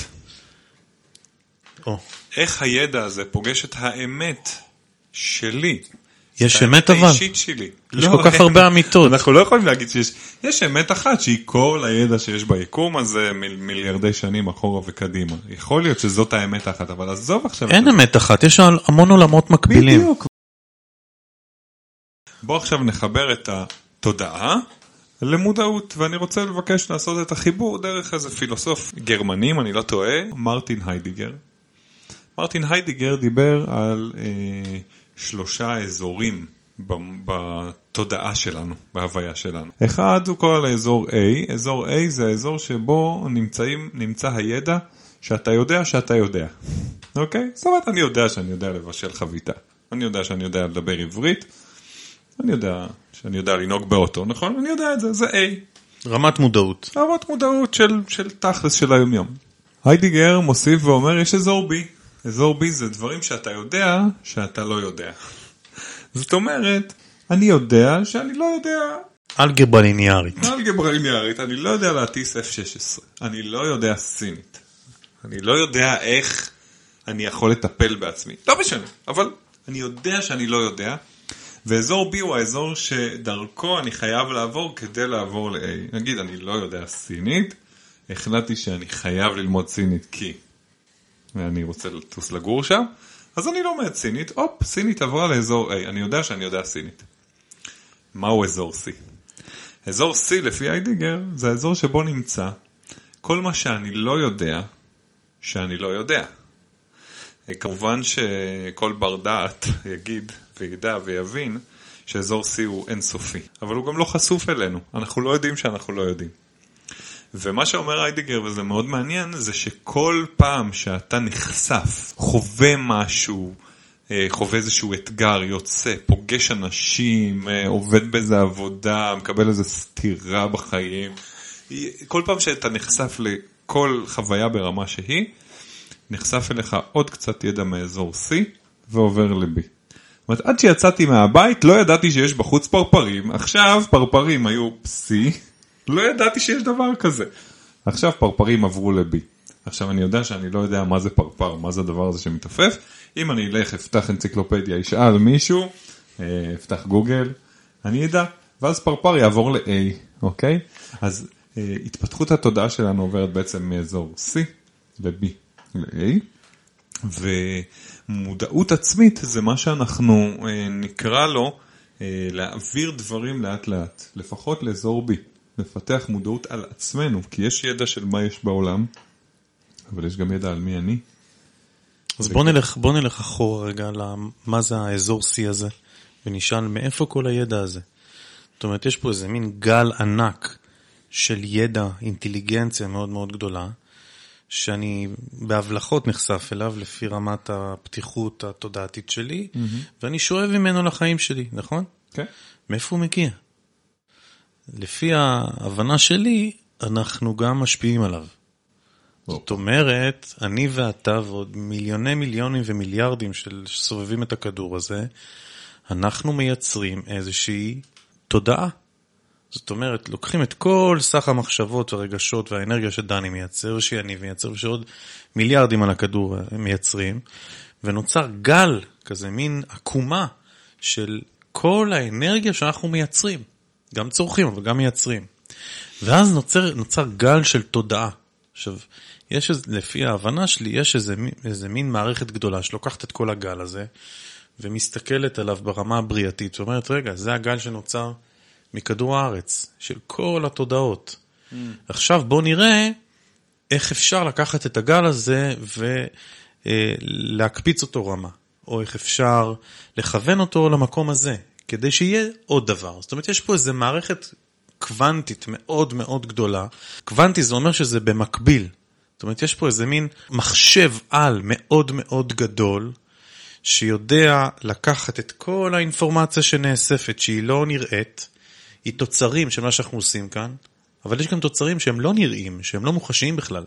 A: איך הידע הזה פוגש את האמת שלי,
B: יש אמת אבל.
A: האישית שלי.
B: יש כל כך הרבה אמיתות.
A: אנחנו לא יכולים להגיד יש אמת אחת שהיא כל הידע שיש ביקום הזה מיליארדי שנים אחורה וקדימה. יכול להיות שזאת האמת אחת, אבל עזוב עכשיו.
B: אין אמת אחת, יש המון עולמות מקבילים.
A: בדיוק. בוא עכשיו נחבר את התודעה למודעות, ואני רוצה לבקש לעשות את החיבור דרך איזה פילוסוף גרמני, אם אני לא טועה, מרטין היידיגר. מרטין היידיגר דיבר על 3 אזורים בתודעה שלנו, בהוויה שלנו. אחד הוא קורא לאזור A, אזור A זה האזור שבו נמצא הידע שאתה יודע שאתה יודע. אוקיי? זאת אומרת, אני יודע שאני יודע לבשל חביתה. אני יודע שאני יודע לדבר עברית. אני יודע שאני יודע לנהוג באוטו, נכון? אני יודע את זה, זה A.
B: רמת מודעות.
A: רמת מודעות של תכלס של היום-יום. היידיגר מוסיף ואומר, יש אזור B. אזור B זה דברים שאתה יודע שאתה לא יודע. זאת אומרת, אני יודע שאני לא יודע.
B: אלגברה ליניארית.
A: אלגברה ליניארית, אני לא יודע להטיס F-16. אני לא יודע סינית. אני לא יודע איך אני יכול לטפל בעצמי. לא משנה, אבל אני יודע שאני לא יודע. ואזור B הוא האזור שדרכו אני חייב לעבור כדי לעבור ל-A. נגיד, אני לא יודע סינית, החלטתי שאני חייב ללמוד סינית כי אני רוצה לטוס לגור שם, אז אני לומד סינית, סינית עברה לאזור A, אני יודע שאני יודע סינית. מהו אזור C? אזור C לפי היידיגר זה האזור שבו נמצא כל מה שאני לא יודע שאני לא יודע. כמובן שכל בר דעת יגיד וידע ויבין שאזור C הוא אינסופי, אבל הוא גם לא חשוף אלינו, אנחנו לא יודעים שאנחנו לא יודעים. ומה שאומר היידיגר, וזה מאוד מעניין, זה שכל פעם שאתה נחשף, חווה משהו, חווה איזשהו אתגר, יוצא, פוגש אנשים, עובד באיזה עבודה, מקבל איזו סתירה בחיים, כל פעם שאתה נחשף לכל חוויה ברמה שהיא, נחשף אליך עוד קצת ידע מאזור C ועובר ל-B. זאת אומרת, עד שיצאתי מהבית לא ידעתי שיש בחוץ פרפרים, עכשיו פרפרים היו C, לא ידעתי שיש דבר כזה. עכשיו פרפרים עברו ל-B. עכשיו אני יודע שאני לא יודע מה זה פרפר, מה זה הדבר הזה שמתעפף. אם אני אלך, אפתח אנציקלופדיה, ישאל מישהו, אפתח גוגל, אני ידע, ואז פרפר יעבור ל-A, אוקיי? אז התפתחות התודעה שלנו עוברת בעצם מאזור C ל-B ל-A, ומודעות עצמית זה מה שאנחנו נקרא לו להעביר דברים לאט לאט, לפחות לאזור B. לפתח מודעות על עצמנו, כי יש ידע של מה יש בעולם, אבל יש גם ידע על מי אני.
B: אז בוא נלך אחורה רגע למה זה האזור C הזה, ונשאל מאיפה כל הידע הזה. זאת אומרת, יש פה איזה מין גל ענק של ידע, אינטליגנציה מאוד מאוד גדולה, שאני בהבלחות נחשף אליו לפי רמת הפתיחות התודעתית שלי, ואני שואב ממנו לחיים שלי, נכון?
A: כן.
B: מאיפה הוא מגיע? לפי ההבנה שלי, אנחנו גם משפיעים עליו. זאת אומרת, אני ואתה ועוד מיליונים ומיליארדים שסובבים את הכדור הזה, אנחנו מייצרים איזושהי תודעה. זאת אומרת, לוקחים את כל סך המחשבות והרגשות והאנרגיה שדני מייצר, שאני מייצר, ושעוד מיליארדים על הכדור מייצרים, ונוצר גל, כזה מין עקומה של כל האנרגיה שאנחנו מייצרים. גם צורכים, אבל גם מייצרים. ואז נוצר גל של תודעה. עכשיו, לפי ההבנה שלי, יש איזה מין מערכת גדולה שלוקחת את כל הגל הזה, ומסתכלת עליו ברמה הבריאתית, ואומרת, רגע, זה הגל שנוצר מכדור הארץ, של כל התודעות. עכשיו בוא נראה איך אפשר לקחת את הגל הזה ולהקפיץ אותו רמה, או איך אפשר לכוון אותו למקום הזה, כדי שיהיה עוד דבר. זאת אומרת, יש פה איזו מערכת קוונטית מאוד מאוד גדולה. קוונטי זה אומר שזה במקביל. זאת אומרת, יש פה איזה מין מחשב על מאוד מאוד גדול, שיודע לקחת את כל האינפורמציה שנאספת, שהיא לא נראית, היא תוצרים של מה שאנחנו עושים כאן, אבל יש גם תוצרים שהם לא נראים, שהם לא מוחשיים בכלל.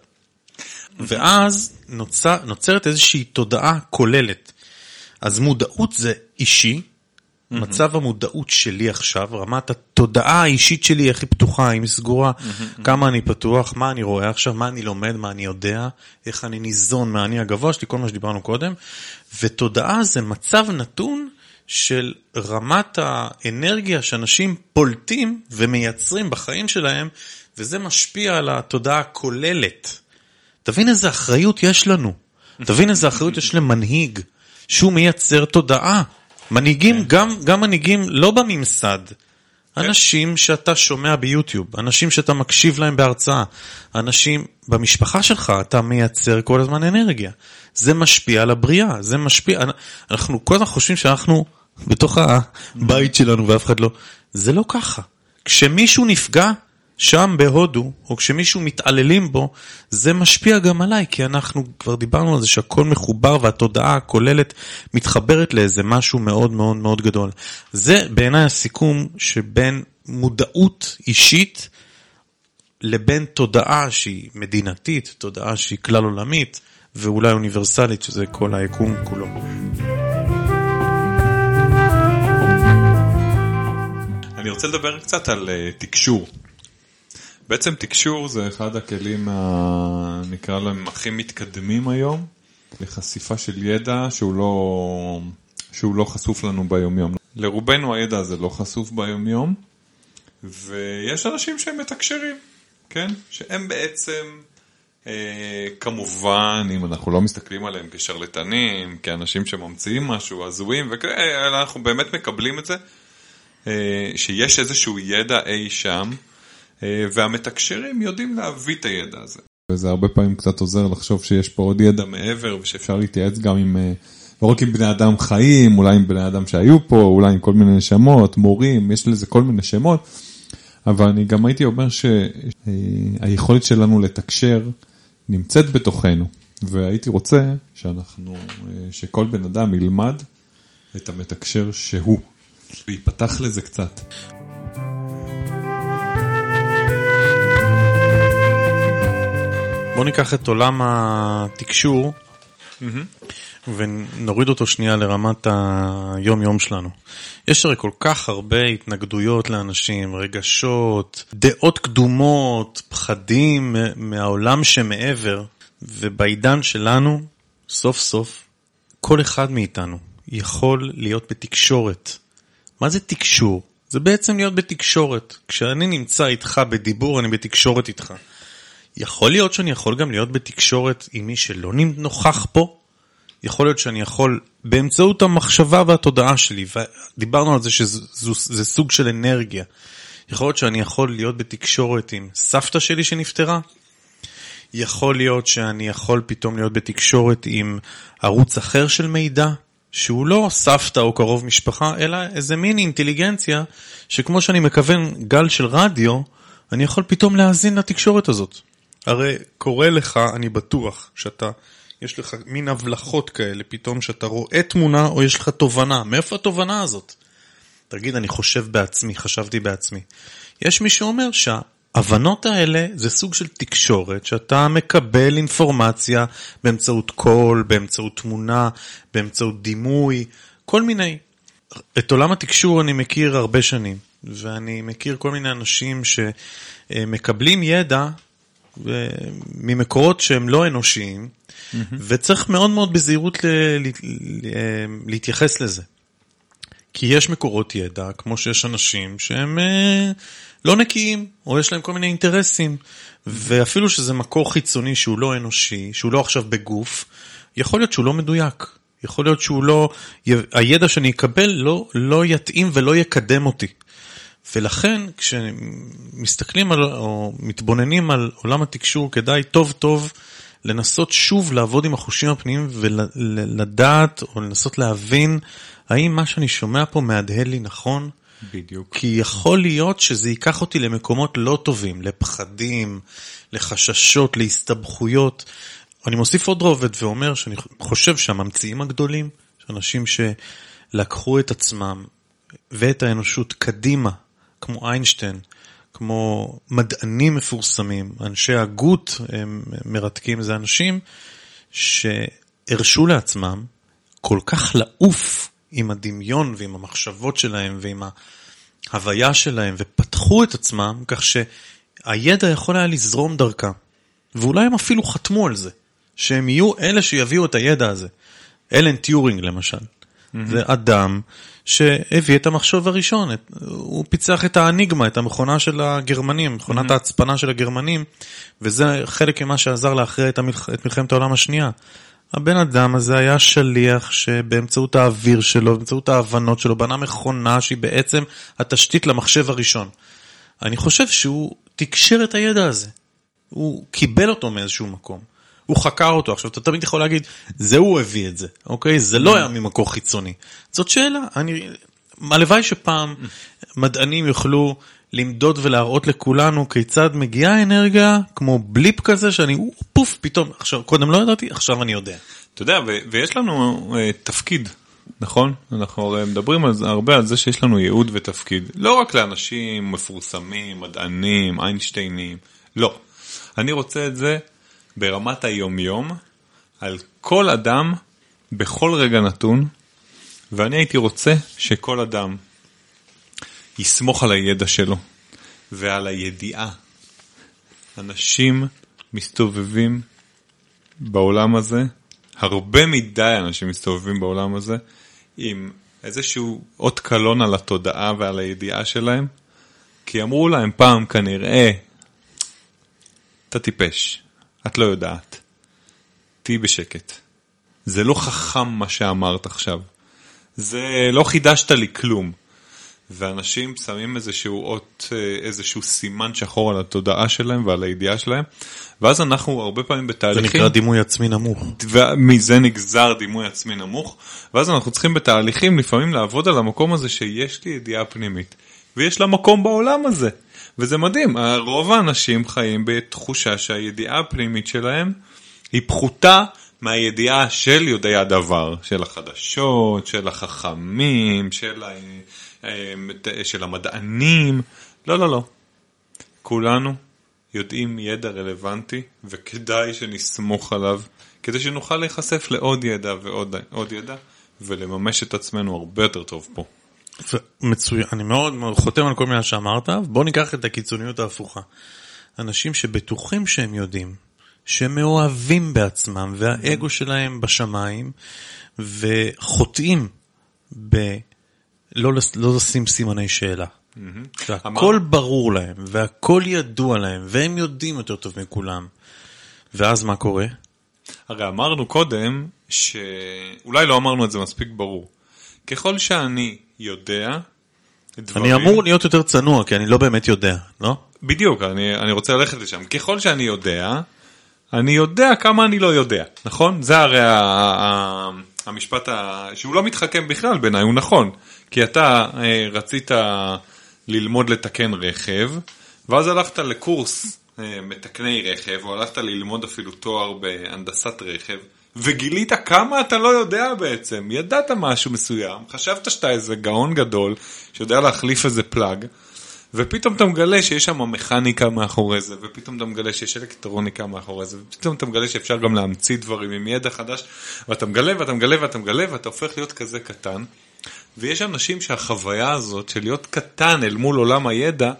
B: ואז נוצרת איזושהי תודעה כוללת. אז מודעות זה אישי, מצב המודעות שלי עכשיו, רמת התודעה האישית שלי, איך היא פתוחה, אם היא סגורה, כמה אני פתוח, מה אני רואה עכשיו, מה אני לומד, מה אני יודע, איך אני ניזון מהאני הגבוה שלי, כל מה שדיברנו קודם, ותודעה זה מצב נתון של רמת האנרגיה שאנשים פולטים ומייצרים בחיים שלהם, וזה משפיע על התודעה הכוללת. תבין איזה אחריות יש לנו. תבין איזה אחריות יש למנהיג, שהוא מייצר תודעה. מנהיגים, גם מנהיגים לא בממסד. אנשים שאתה שומע ביוטיוב, אנשים שאתה מקשיב להם בהרצאה, אנשים במשפחה שלך, אתה מייצר כל הזמן אנרגיה. זה משפיע על הבריאה, זה משפיע, אנחנו כל הזמן חושבים שאנחנו בתוך הבית שלנו ואף אחד לא. זה לא ככה. כשמישהו נפגע שם בהודו, או כשמישהו מתעללים בו, זה משפיע גם עליי, כי אנחנו כבר דיברנו על זה שהכל מחובר, והתודעה הכוללת מתחברת לאיזה משהו מאוד מאוד מאוד גדול. זה בעיניי הסיכום שבין מודעות אישית, לבין תודעה שהיא מדינתית, תודעה שהיא כלל עולמית, ואולי אוניברסלית, שזה כל היקום כולו.
A: אני רוצה לדבר קצת על תקשור. בעצם תקשור זה אחד הכלים, נקרא להם, הכי מתקדמים היום, לחשיפה של ידע שהוא לא חשוף לנו ביומיום. לרובנו הידע הזה לא חשוף ביומיום, ויש אנשים שהם מתקשרים, כן? שהם בעצם, כמובן, אם אנחנו לא מסתכלים עליהם כשרלטנים, כאנשים שממציאים משהו, הזויים, אנחנו באמת מקבלים את זה, שיש איזשהו ידע אי שם, והמתקשרים יודעים להביא את הידע הזה. וזה הרבה פעמים קצת עוזר לחשוב שיש פה עוד ידע מעבר, ושאפשר להתייעץ גם עם, לא רק עם בני אדם חיים, אולי עם בני אדם שהיו פה, אולי עם כל מיני נשמות, מורים, יש לזה כל מיני שמות, אבל אני גם הייתי אומר שהיכולת שלנו לתקשר נמצאת בתוכנו, והייתי רוצה שכל בן אדם ילמד את המתקשר שהוא, ויפתח לזה קצת.
B: בואו ניקח את עולם התקשור ונוריד אותו שנייה לרמת היום-יום שלנו. יש הרי כל כך הרבה התנגדויות לאנשים, רגשות, דעות קדומות, פחדים מהעולם שמעבר, ובעידן שלנו, סוף סוף, כל אחד מאיתנו יכול להיות בתקשורת. מה זה תקשור? זה בעצם להיות בתקשורת. כשאני נמצא איתך בדיבור, אני בתקשורת איתך. יכול להיות שאני יכול גם להיות בתקשורת עם מי שלא נוכח פה. יכול להיות שאני יכול באמצעות המחשבה והתודעה שלי, ודיברנו על זה שזה סוג של אנרגיה. יכול להיות שאני יכול להיות בתקשורת עם סבתא שלי שנפטרה. יכול להיות שאני יכול פתאום להיות בתקשורת עם ערוץ אחר של מידע, שהוא לא סבתא או קרוב משפחה, אלא איזה מין אינטליגנציה, שכמו שאני מכוון גל של רדיו, אני יכול פתאום להאזין לתקשורת הזאת. הרי קורה לך, אני בטוח, יש לך מין הבלחות כאלה, פתאום שאתה רואה תמונה או יש לך תובנה. מאיפה התובנה הזאת? תגיד, אני חושב בעצמי, חשבתי בעצמי. יש מי שאומר שההבנות האלה זה סוג של תקשורת, שאתה מקבל אינפורמציה באמצעות קול, באמצעות תמונה, באמצעות דימוי, כל מיני. את עולם התקשור אני מכיר הרבה שנים, ואני מכיר כל מיני אנשים שמקבלים ידע ממקורות שהם לא אנושיים, וצריך מאוד מאוד בזהירות להתייחס לזה. כי יש מקורות ידע, כמו שיש אנשים שהם לא נקיים, או יש להם כל מיני אינטרסים, ואפילו שזה מקור חיצוני שהוא לא אנושי, שהוא לא עכשיו בגוף, יכול להיות שהוא לא מדויק. יכול להיות שהוא לא, הידע שאני אקבל לא יתאים ולא יקדם אותי. ולכן כשמסתכלים או מתבוננים על עולם התקשור, כדאי טוב טוב לנסות שוב לעבוד עם החושים הפנימיים ולדעת או לנסות להבין האם מה שאני שומע פה מהדהד לי נכון.
A: בדיוק.
B: כי יכול להיות שזה ייקח אותי למקומות לא טובים, לפחדים, לחששות, להסתבכויות. אני מוסיף עוד רובד ואומר שאני חושב שהממציאים הגדולים, שאנשים שלקחו את עצמם ואת האנושות קדימה, כמו איינשטיין, כמו מדענים מפורסמים, אנשי הגות מרתקים, זה אנשים שהרשו לעצמם כל כך לעוף עם הדמיון ועם המחשבות שלהם ועם ההוויה שלהם, ופתחו את עצמם כך שהידע יכול היה לזרום דרכם. ואולי הם אפילו חתמו על זה, שהם יהיו אלה שיביאו את הידע הזה. אלן טיורינג למשל. זה אדם שהביא את המחשוב הראשון, הוא פיצח את האניגמה, את המכונה של הגרמנים, מכונת ההצפנה של הגרמנים, וזה חלק ממה שעזר לאחרי את מלחמת העולם השנייה. הבן אדם הזה היה שליח שבאמצעות האוויר שלו, באמצעות ההבנות שלו, בנה מכונה שהיא בעצם התשתית למחשב הראשון. אני חושב שהוא תקשר את הידע הזה. הוא קיבל אותו מאיזשהו מקום. הוא חקר אותו. עכשיו, אתה תמיד יכול להגיד, זה הוא הביא את זה, אוקיי? זה לא היה ממקור חיצוני. זאת שאלה. הלוואי שפעם מדענים יוכלו למדוד ולהראות לכולנו כיצד מגיעה האנרגיה, כמו בליפ כזה, שאני פוף, פתאום, עכשיו, קודם לא ידעתי, עכשיו אני יודע.
A: אתה יודע, ויש לנו תפקיד, נכון? אנחנו מדברים הרבה על זה שיש לנו ייעוד ותפקיד. לא רק לאנשים מפורסמים, מדענים, איינשטיינים, לא. אני רוצה את זה ברמת היום-יום, על כל אדם, בכל רגע נתון, ואני הייתי רוצה שכל אדם יסמוך על הידע שלו, ועל הידיעה. אנשים מסתובבים בעולם הזה, הרבה מדי אנשים מסתובבים בעולם הזה, עם איזשהו אות קלון על התודעה ועל הידיעה שלהם, כי אמרו להם פעם כנראה, אתה טיפש, את לא יודעת, תהי בשקט. זה לא חכם מה שאמרת עכשיו, זה לא חידשת לי כלום. ואנשים שמים איזשהו סימן שחור על התודעה שלהם ועל הידיעה שלהם, ואז אנחנו הרבה פעמים בתהליכים...
B: זה נקרא דימוי עצמי נמוך.
A: ומזה נגזר דימוי עצמי נמוך, ואז אנחנו צריכים בתהליכים לפעמים לעבוד על המקום הזה שיש לי ידיעה פנימית, ויש לה מקום בעולם הזה. וזה מדהים, רוב האנשים חיים בתחושה שהידיעה הפנימית שלהם היא פחותה מהידיעה של יודעי הדבר, של החדשות, של החכמים, של המדענים. לא, לא, לא. כולנו יודעים ידע רלוונטי, וכדאי שנסמוך עליו, כדי שנוכל להיחשף לעוד ידע ועוד ידע, ולממש את עצמנו הרבה יותר טוב פה.
B: מצוין, אני מאוד מאוד חותם על כל מילה שאמרת, בוא ניקח את הקיצוניות ההפוכה. אנשים שבטוחים שהם יודעים, שמאוהבים בעצמם, והאגו שלהם בשמיים, וחוטאים לא לשים סימני שאלה. הכל ברור להם, והכל ידוע להם, והם יודעים יותר טוב מכולם. ואז מה קורה?
A: הרי אמרנו קודם, שאולי לא אמרנו את זה מספיק ברור. ככל שאני יודע דברים...
B: אני אמור להיות יותר צנוע, כי אני לא באמת יודע, לא?
A: בדיוק, אני רוצה ללכת לשם. ככל שאני יודע כמה אני לא יודע, נכון? זה הרי המשפט שהוא לא מתחכם בכלל בעיניי, הוא נכון. כי אתה רצית ללמוד לתקן רכב, ואז הלכת לקורס מתקני רכב, או הלכת ללמוד אפילו תואר בהנדסת רכב, וגילית כמה אתה לא יודע בעצם. ידעת משהו מסוים, חשבת שאתה איזה גאון גדול, שיודע להחליף איזה פלאג, ופתאום אתה מגלה שיש שם מכניקה מאחורי זה, ופתאום אתה מגלה שיש אלקטרוניקה מאחורי זה, ופתאום אתה מגלה שאפשר גם להמציא דברים עם ידע חדש, ואתה מגלה ואתה מגלה ואתה מגלה, ואתה הופך להיות כזה קטן. ויש אנשים שהחוויה הזאת של להיות קטן אל מול עולם הידע,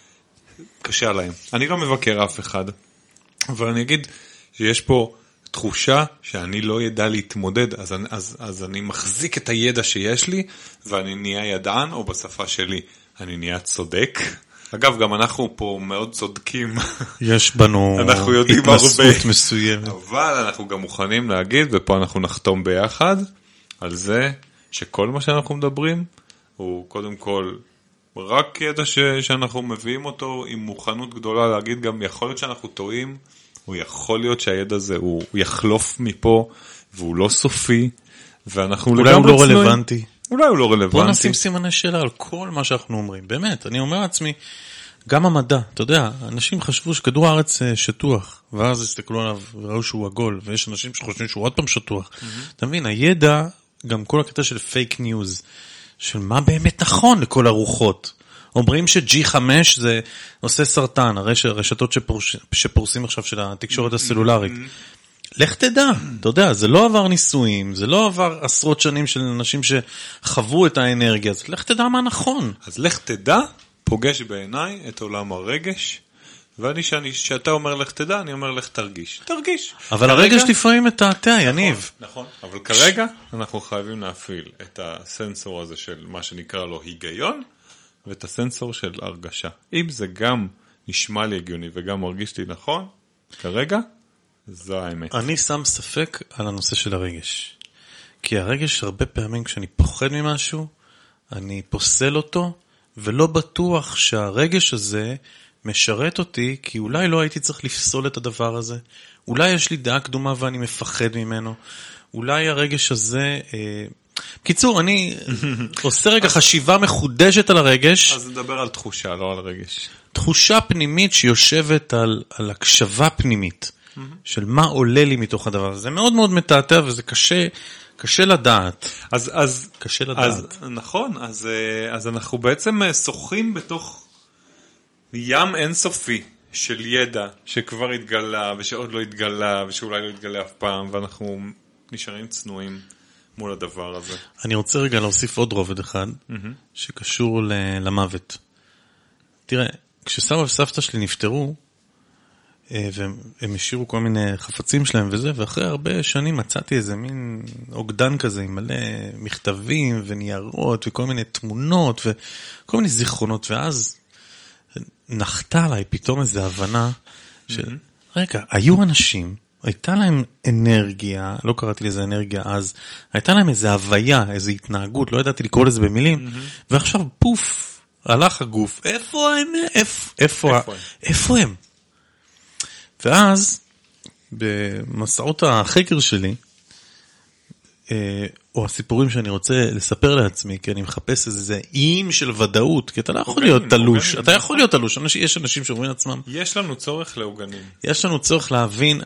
A: קשה עליהם. אני לא מבקר אף אחד, אבל אני אגיד שיש פה תחושה שאני לא ידע להתמודד, אז אני מחזיק את הידע שיש לי, ואני נהיה ידען, או בשפה שלי, אני נהיה צודק. אגב, גם אנחנו פה מאוד צודקים.
B: יש בנו התנסות מסוימת.
A: אבל אנחנו גם מוכנים להגיד, ופה אנחנו נחתום ביחד, על זה שכל מה שאנחנו מדברים, הוא קודם כל רק ידע שאנחנו מביאים אותו עם מוכנות גדולה להגיד גם יכול להיות שאנחנו טועים, הוא יכול להיות שהידע הזה הוא יחלוף מפה, והוא לא סופי, ואנחנו
B: אולי הוא לא רלוונטי.
A: אולי הוא לא רלוונטי.
B: בוא נשים סימני שאלה על כל מה שאנחנו אומרים. באמת, אני אומר לעצמי, גם המדע, אתה יודע, אנשים חשבו שכדור הארץ שטוח, ואז הסתכלו עליו וראו שהוא עגול, ויש אנשים שחושבים שהוא עוד פעם שטוח. אתה מבין, הידע, גם כל הקטע של פייק ניוז, של מה באמת נכון לכל הרוחות. אומרים ש-G5 זה עושה סרטן, הרשתות שפורסים עכשיו של התקשורת הסלולרית. לך תדע, אתה יודע, זה לא עבר ניסויים, זה לא עבר עשרות שנים של אנשים שחוו את האנרגיה, אז לך תדע מה נכון.
A: אז לך תדע, פוגש בעיניי את עולם הרגש, שאתה אומר לך תדע, אני אומר לך תרגיש. תרגיש.
B: אבל הרגש לפעמים מתעתע, יניב.
A: נכון, אבל כרגע אנחנו חייבים להפעיל את הסנסור הזה של מה שנקרא לו היגיון, ואת הסנסור של הרגשה. אם זה גם נשמע לי הגיוני וגם מרגיש לי נכון, כרגע, זו האמת.
B: אני שם ספק על הנושא של הרגש. כי הרגש הרבה פעמים כשאני פוחד ממשהו, אני פוסל אותו, ולא בטוח שהרגש הזה משרת אותי, כי אולי לא הייתי צריך לפסול את הדבר הזה. אולי יש לי דעה קדומה ואני מפחד ממנו. אולי הרגש הזה... בקיצור, אני עושה רגע חשיבה מחודשת על הרגש.
A: אז נדבר על תחושה, לא על רגש.
B: תחושה פנימית שיושבת על הקשבה פנימית, של מה עולה לי מתוך הדבר הזה. זה מאוד מאוד מתעתע וזה קשה לדעת. קשה לדעת.
A: נכון, אז אנחנו בעצם שוחים בתוך ים אינסופי של ידע שכבר התגלה ושעוד לא התגלה ושאולי לא התגלה אף פעם, ואנחנו נשארים צנועים מול הדבר הזה.
B: אני רוצה רגע להוסיף עוד רובד אחד שקשור למוות. תראה, כשסבא וסבתא שלי נפטרו, והם השאירו כל מיני חפצים שלהם וזה, ואחרי הרבה שנים מצאתי איזה מין אוגדן כזה עם מלא מכתבים וניירות וכל מיני תמונות וכל מיני זיכרונות, ואז נחתה עליי פתאום איזו הבנה של, רגע, היו אנשים, הייתה להם אנרגיה, לא קראתי לזה אנרגיה אז, הייתה להם איזו הוויה, איזו התנהגות, לא ידעתי לקרוא לזה במילים, ועכשיו פוף, הלך הגוף, איפה הם? ואז, במסעות החקר שלי, או הסיפורים שאני רוצה לספר לעצמי, כי אני מחפש איזה איים של ודאות, כי אתה לא יכול להיות תלוש, אתה יכול להיות תלוש, יש אנשים שאומרים לעצמם.
A: יש לנו צורך לעוגנים.
B: יש לנו צורך להבין,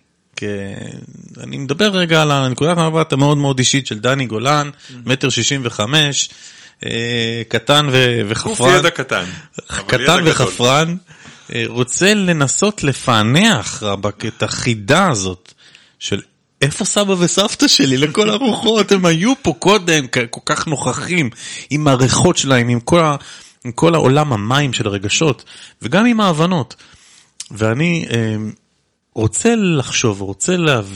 B: אני מדבר רגע על הנקודת המבט המאוד מאוד אישית של דני גולן, 1.65 מטר, קטן וחפרן.
A: ידע קטן.
B: קטן וחפרן. רוצה לנסות לפענח את החידה הזאת של איפה סבא וסבתא שלי לכל הרוחות, הם היו פה קודם כל כך נוכחים עם הריחות שלהם, עם כל העולם המים של הרגשות וגם עם ההבנות. ואני רוצה לחשוב, רוצה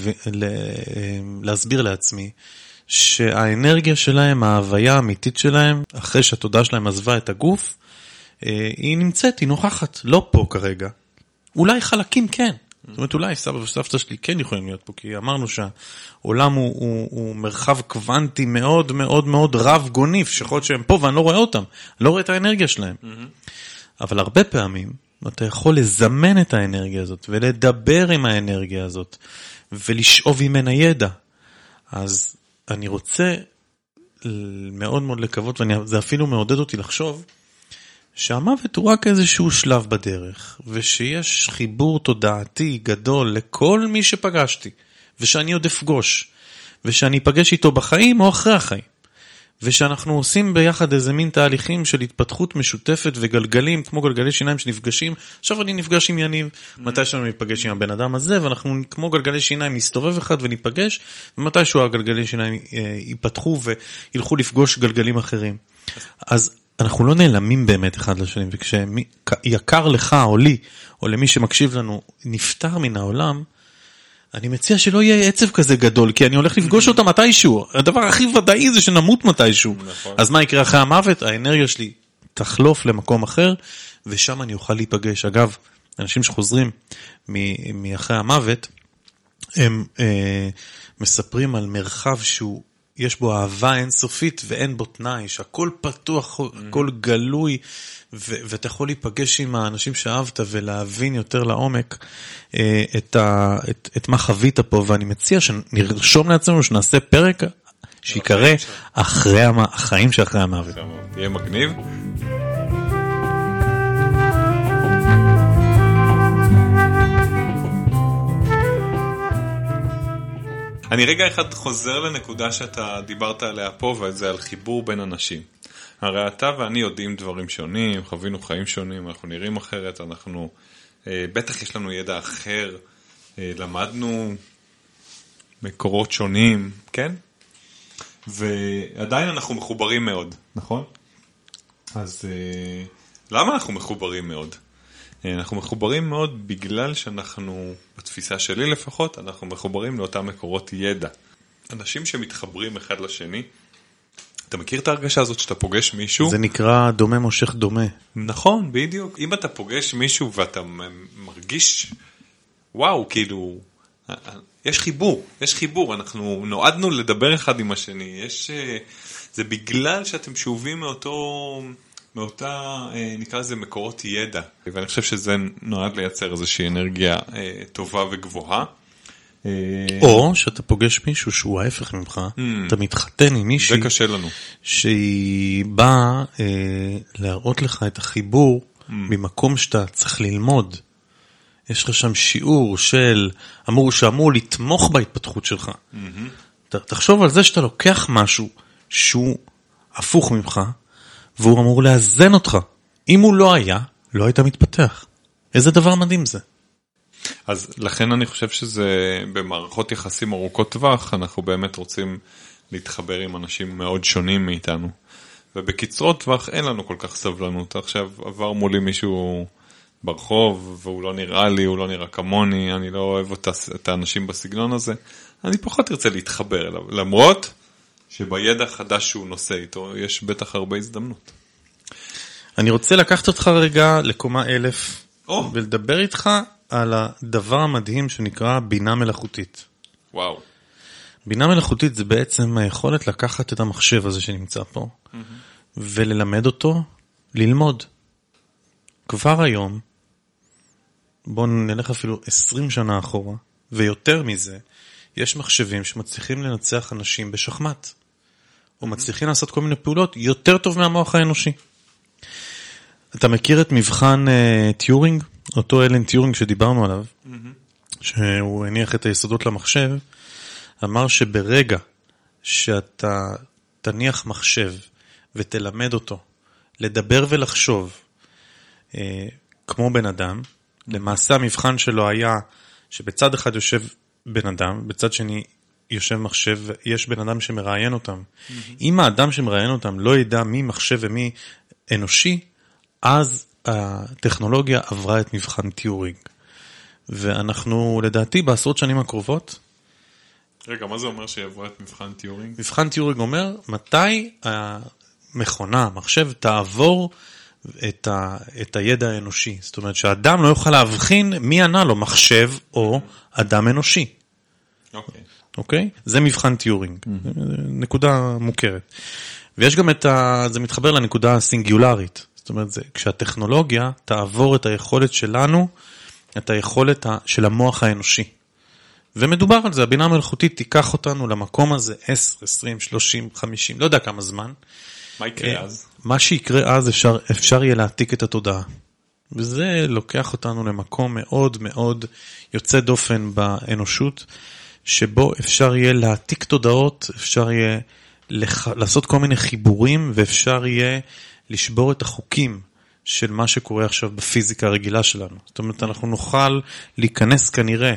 B: להסביר לעצמי שהאנרגיה שלהם, ההוויה האמיתית שלהם, אחרי שהתודעה שלהם עזבה את הגוף, היא נמצאת, היא נוכחת, לא פה כרגע. אולי חלקים כן. זאת אומרת, אולי סבא וסבתא שלי כן יכולים להיות פה, כי אמרנו שהעולם הוא מרחב קוונטי מאוד מאוד מאוד רב גוניף, שיכול להיות שהם פה ואני לא רואה אותם, אני לא רואה את האנרגיה שלהם. אבל הרבה פעמים אתה יכול לזמן את האנרגיה הזאת, ולדבר עם האנרגיה הזאת, ולשאוב ממנה ידע. אז אני רוצה מאוד מאוד לקוות, וזה אפילו מעודד אותי לחשוב, שהמוות הוא רק איזשהו שלב בדרך, ושיש חיבור תודעתי גדול לכל מי שפגשתי, ושאני עוד אפגוש, ושאני אפגש איתו בחיים או אחרי החיים, ושאנחנו עושים ביחד איזה מין תהליכים של התפתחות משותפת וגלגלים, כמו גלגלי שיניים שנפגשים. עכשיו אני נפגש עם יניב, מתי שאני ניפגש עם הבן אדם הזה, ואנחנו כמו גלגלי שיניים נסתובב אחד וניפגש, ומתי שהוא הגלגלי שיניים ייפתחו וילכו לפגוש גלגלים אחרים. אז אנחנו לא נעלמים באמת אחד לשני, וכשיקר לך או לי, או למי שמקשיב לנו, נפטר מן העולם, אני מציע שלא יהיה עצב כזה גדול, כי אני הולך לפגוש אותה מתישהו. הדבר הכי ודאי זה שנמות מתישהו. נכון. אז מה יקרה אחרי המוות? האנרגיה שלי תחלוף למקום אחר, ושם אני אוכל להיפגש. אגב, אנשים שחוזרים מאחרי המוות, הם מספרים על מרחב שהוא, יש בו אהבה אינסופית ואין בו תנאי, שהכל פתוח, הכל גלוי, ואתה יכול להיפגש עם האנשים שאהבת ולהבין יותר לעומק את מה חווית פה, ואני מציע שנרשום לעצמנו שנעשה פרק שיקרא החיים שאחרי המוות.
A: יהיה מגניב. אני רגע אחד חוזר לנקודה שאתה דיברת עליה פה, וזה על חיבור בין אנשים. הרי אתה ואני יודעים דברים שונים, חווינו חיים שונים, אנחנו נראים אחרת, אנחנו, בטח יש לנו ידע אחר, למדנו מקורות שונים, כן? ועדיין אנחנו מחוברים מאוד, נכון? אז למה אנחנו מחוברים מאוד? אנחנו מחוברים מאוד בגלל שאנחנו, בתפיסה שלי לפחות, אנחנו מחוברים לאותם מקורות ידע. אנשים שמתחברים אחד לשני, אתה מכיר את ההרגשה הזאת שאתה פוגש מישהו?
B: זה נקרא דומה מושך דומה.
A: נכון, בדיוק. אם אתה פוגש מישהו ואתה מרגיש, וואו, כאילו, יש חיבור, אנחנו נועדנו לדבר אחד עם השני, זה בגלל שאתם שאובים מאותה, נקרא לזה מקורות ידע, ואני חושב שזה נועד לייצר איזושהי אנרגיה טובה וגבוהה.
B: או שאתה פוגש מישהו שהוא ההפך ממך, אתה מתחתן עם מישהי,
A: זה קשה לנו.
B: שהיא באה להראות לך את החיבור ממקום שאתה צריך ללמוד. יש לך שם שיעור שאמור לתמוך בהתפתחות שלך. תחשוב על זה שאתה לוקח משהו שהוא הפוך ממך, והוא אמור לאזן אותך. אם הוא לא היה, לא היית מתפתח. איזה דבר מדהים זה.
A: אז לכן אני חושב שזה במערכות יחסים ארוכות טווח, אנחנו באמת רוצים להתחבר עם אנשים מאוד שונים מאיתנו. ובקצרות טווח אין לנו כל כך סבלנות. עכשיו עבר מולי מישהו ברחוב, והוא לא נראה לי, הוא לא נראה כמוני, אני לא אוהב את האנשים בסגנון הזה, אני פחות ארצה להתחבר אליו, למרות שבידע חדש שהוא נושא איתו, יש בטח הרבה הזדמנות.
B: אני רוצה לקחת אותך רגע לקומה 1000, ולדבר איתך על הדבר המדהים שנקרא בינה מלאכותית.
A: וואו.
B: בינה מלאכותית זה בעצם היכולת לקחת את המחשב הזה שנמצא פה, וללמד אותו ללמוד. כבר היום, בואו נלך אפילו 20 שנה אחורה, ויותר מזה, יש מחשבים שמצליחים לנצח אנשים בשחמט, או מצליחים לעשות כל מיני פעולות יותר טוב מהמוח האנושי. אתה מכיר את מבחן טיורינג? אותו אלן טיורינג שדיברנו עליו, שהוא הניח את היסודות למחשב, אמר שברגע שאתה תניח מחשב ותלמד אותו לדבר ולחשוב כמו בן אדם, למעשה המבחן שלו היה שבצד אחד יושב בן אדם, בצד שני יושב מחשב, יש בן אדם שמראיין אותם. אם האדם שמראיין אותם לא ידע מי מחשב ומי אנושי, אז הטכנולוגיה עברה את מבחן טיורינג. ואנחנו לדעתי בעשרות שנים הקרובות.
A: רגע, מה זה אומר שעברה את מבחן טיורינג?
B: מבחן טיורינג אומר מתי המכונה, המחשב, תעבור את הידע האנושי. זאת אומרת שהאדם לא יוכל להבחין מי ענה לו, מחשב או אדם אנושי. אוקיי? זה מבחן טיורינג. נקודה מוכרת. ויש גם זה מתחבר לנקודה הסינגולרית. זאת אומרת, כשהטכנולוגיה תעבור את היכולת שלנו, את היכולת של המוח האנושי. ומדובר על זה, הבינה המלאכותית תיקח אותנו למקום הזה 10, 20, 30, 50, לא יודע כמה זמן.
A: מה יקרה אז?
B: מה שיקרה אז אפשר יהיה להעתיק את התודעה. וזה לוקח אותנו למקום מאוד מאוד יוצא דופן באנושות, שבו אפשר יהיה להעתיק תודעות, אפשר יהיה לעשות כל מיני חיבורים, ואפשר יהיה לשבור את החוקים של מה שקורה עכשיו בפיזיקה הרגילה שלנו. זאת אומרת, אנחנו נוכל להיכנס כנראה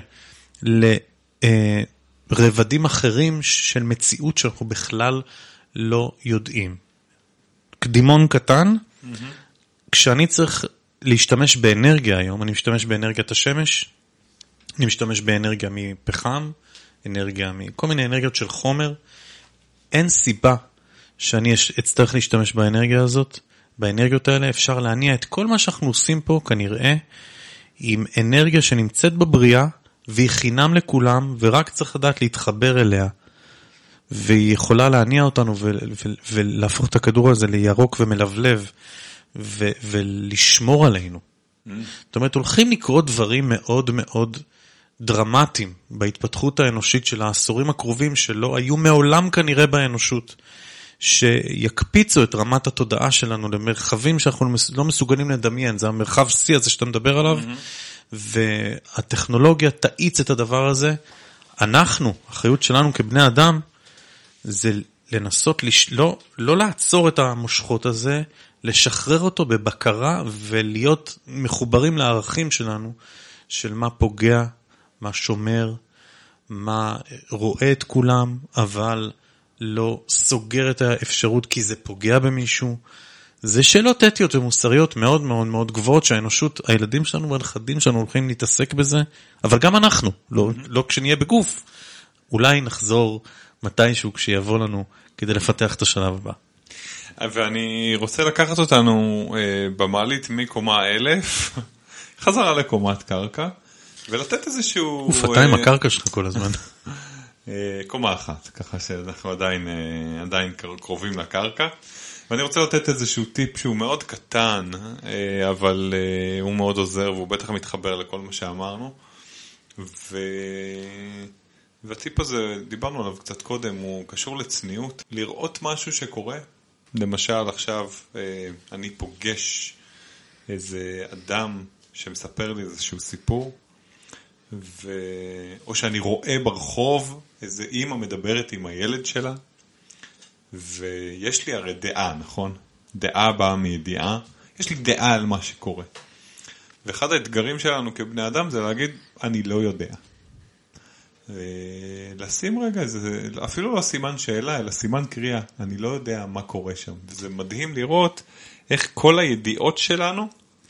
B: לרבדים אחרים של מציאות שאנחנו בכלל לא יודעים. קדימון קטן, כשאני צריך להשתמש באנרגיה היום, אני משתמש באנרגיית השמש, אני משתמש באנרגיה מפחם, אנרגיה מכל מיני אנרגיות של חומר, אין סיבה שאני אצטרך להשתמש באנרגיה הזאת, באנרגיות האלה אפשר להניע את כל מה שאנחנו עושים פה כנראה, עם אנרגיה שנמצאת בבריאה, והיא חינם לכולם, ורק צריך לדעת להתחבר אליה, והיא יכולה להניע אותנו ולהפוך את הכדור הזה לירוק ומלבלב, ולשמור עלינו. זאת אומרת, הולכים לקרות דברים מאוד מאוד דרמטיים בהתפתחות האנושית של העשורים הקרובים, שלא היו מעולם כנראה באנושות, שיקפיצו את רמת התודעה שלנו למרחבים שאנחנו לא מסוגלים לדמיין, זה המרחב C הזה שאתה מדבר עליו, והטכנולוגיה תאיץ את הדבר הזה. אנחנו, האחריות שלנו כבני אדם, זה לנסות לא לעצור את המושכות הזה, לשחרר אותו בבקרה, ולהיות מחוברים לערכים שלנו, של מה פוגע, מה שומר, מה רואה את כולם, אבל לא סוגר את האפשרות כי זה פוגע במישהו. זה שאלות אתיות ומוסריות מאוד מאוד מאוד גבוהות, שהאנושות, הילדים שלנו והנכדים שלנו הולכים להתעסק בזה, אבל גם אנחנו, לא כשנהיה בגוף. אולי נחזור מתישהו כשיבוא לנו כדי לפתח את השלב הבא.
A: ואני רוצה לקחת אותנו במעלית מקומה 1000, חזרה לקומת קרקע, ולתת איזשהו...
B: אתה עם הקרקע שלך כל הזמן.
A: קומה 1, ככה שאנחנו עדיין קרובים לקרקע. ואני רוצה לתת איזשהו טיפ שהוא מאוד קטן, אבל הוא מאוד עוזר, והוא בטח מתחבר לכל מה שאמרנו. והטיפ הזה, דיברנו עליו קצת קודם, הוא קשור לצניעות. לראות משהו שקורה. למשל, עכשיו אני פוגש איזה אדם שמספר לי איזשהו סיפור, או שאני רואה ברחוב איזה אמא מדברת עם הילד שלה, ויש לי הרי דעה, נכון? דעה באה מידיעה. יש לי דעה על מה שקורה. ואחד האתגרים שלנו כבני אדם זה להגיד, אני לא יודע. לשים רגע, אפילו לא סימן שאלה, אלא סימן קריאה. אני לא יודע מה קורה שם. וזה מדהים לראות איך כל הידיעות שלנו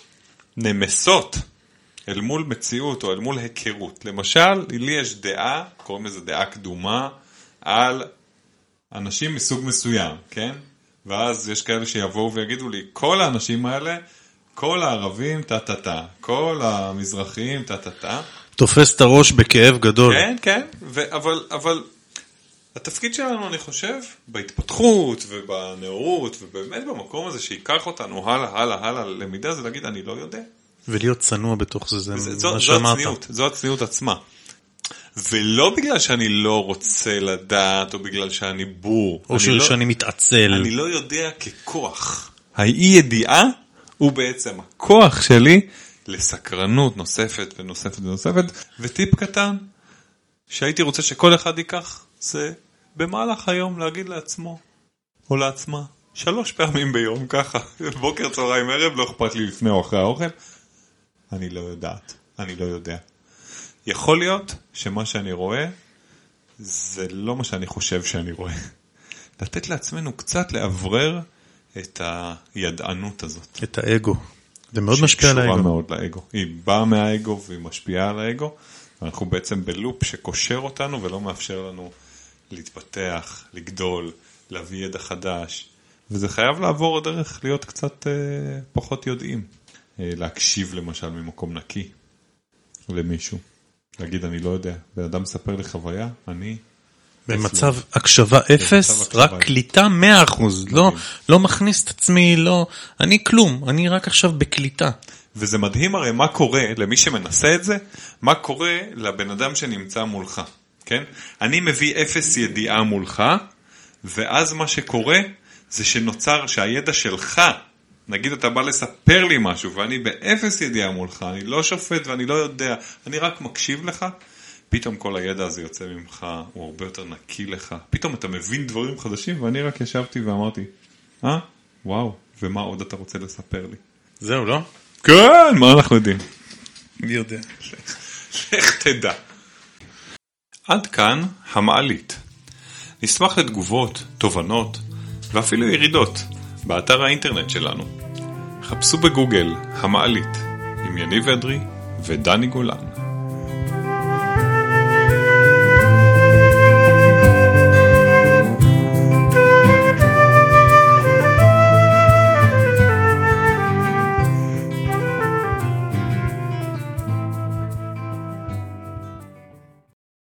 A: נמסות אל מול מציאות או אל מול היכרות. למשל, לי יש דעה, קוראים לזה דעה קדומה, על אנשים מסוג מסוים, כן? ואז יש כאלה שיבואו ויגידו לי, כל האנשים האלה, כל הערבים, טה-טה-טה, כל המזרחיים, טה-טה-טה.
B: תופס את הראש בכאב גדול.
A: כן, כן, אבל התפקיד שלנו, אני חושב, בהתפתחות ובנאורות, ובאמת במקום הזה שיקח אותנו הלאה, למידה, זה להגיד, אני לא יודע.
B: ולהיות צנוע בתוך זה, מה שאמרת.
A: זו הצניעות עצמה. ולא בגלל שאני לא רוצה לדעת, או בגלל שאני בור.
B: או שאני מתעצל.
A: אני לא יודע ככוח. האי ידיעה הוא בעצם הכוח שלי לסקרנות נוספת ונוספת ונוספת. וטיפ קטן שהייתי רוצה שכל אחד ייקח, זה במהלך היום להגיד לעצמו או לעצמה 3 פעמים ביום ככה. בוקר, צהריים, ערב, לא אכפת לי לפני או אחרי האוכל. אני לא יודעת. אני לא יודע. יכול להיות שמה שאני רואה זה לא מה שאני חושב שאני רואה. לתת לעצמנו קצת לעברר את הידענות הזאת.
B: את האגו. זה מאוד משפיע על האגו.
A: שהיא קשורה מאוד לאגו. היא באה מהאגו והיא משפיעה על האגו. אנחנו בעצם בלופ שקושר אותנו ולא מאפשר לנו להתפתח, לגדול, להביא ידע חדש. וזה חייב לעבור דרך להיות קצת פחות יודעים. להקשיב למשל ממקום נקי למישהו. להגיד, אני לא יודע. בן אדם מספר לי חוויה, אני...
B: במצב הקשבה 0, רק קליטה 100%. לא מכניס את עצמי, לא... אני כלום, אני רק עכשיו בקליטה.
A: וזה מדהים הרי מה קורה, למי שמנסה את זה, מה קורה לבן אדם שנמצא מולך. כן? אני מביא 0 ידיעה מולך, ואז מה שקורה זה שנוצר שהידע שלך, נגיד אתה בא לספר לי משהו, ואני ב0 ידיעה מולך, אני לא שופט ואני לא יודע, אני רק מקשיב לך, פתאום כל הידע הזה יוצא ממך, הוא הרבה יותר נקי לך, פתאום אתה מבין דברים חדשים, ואני רק ישבתי ואמרתי, וואו, ומה עוד אתה רוצה לספר לי?
B: זהו, לא?
A: כן, מה אנחנו יודעים?
B: מי יודע?
A: לך תדע. עד כאן המעלית. נשמח לתגובות, תובנות, ואפילו ירידות. באתר האינטרנט שלנו. חפשו בגוגל המעלית עם יניב אדרי ודני גולן.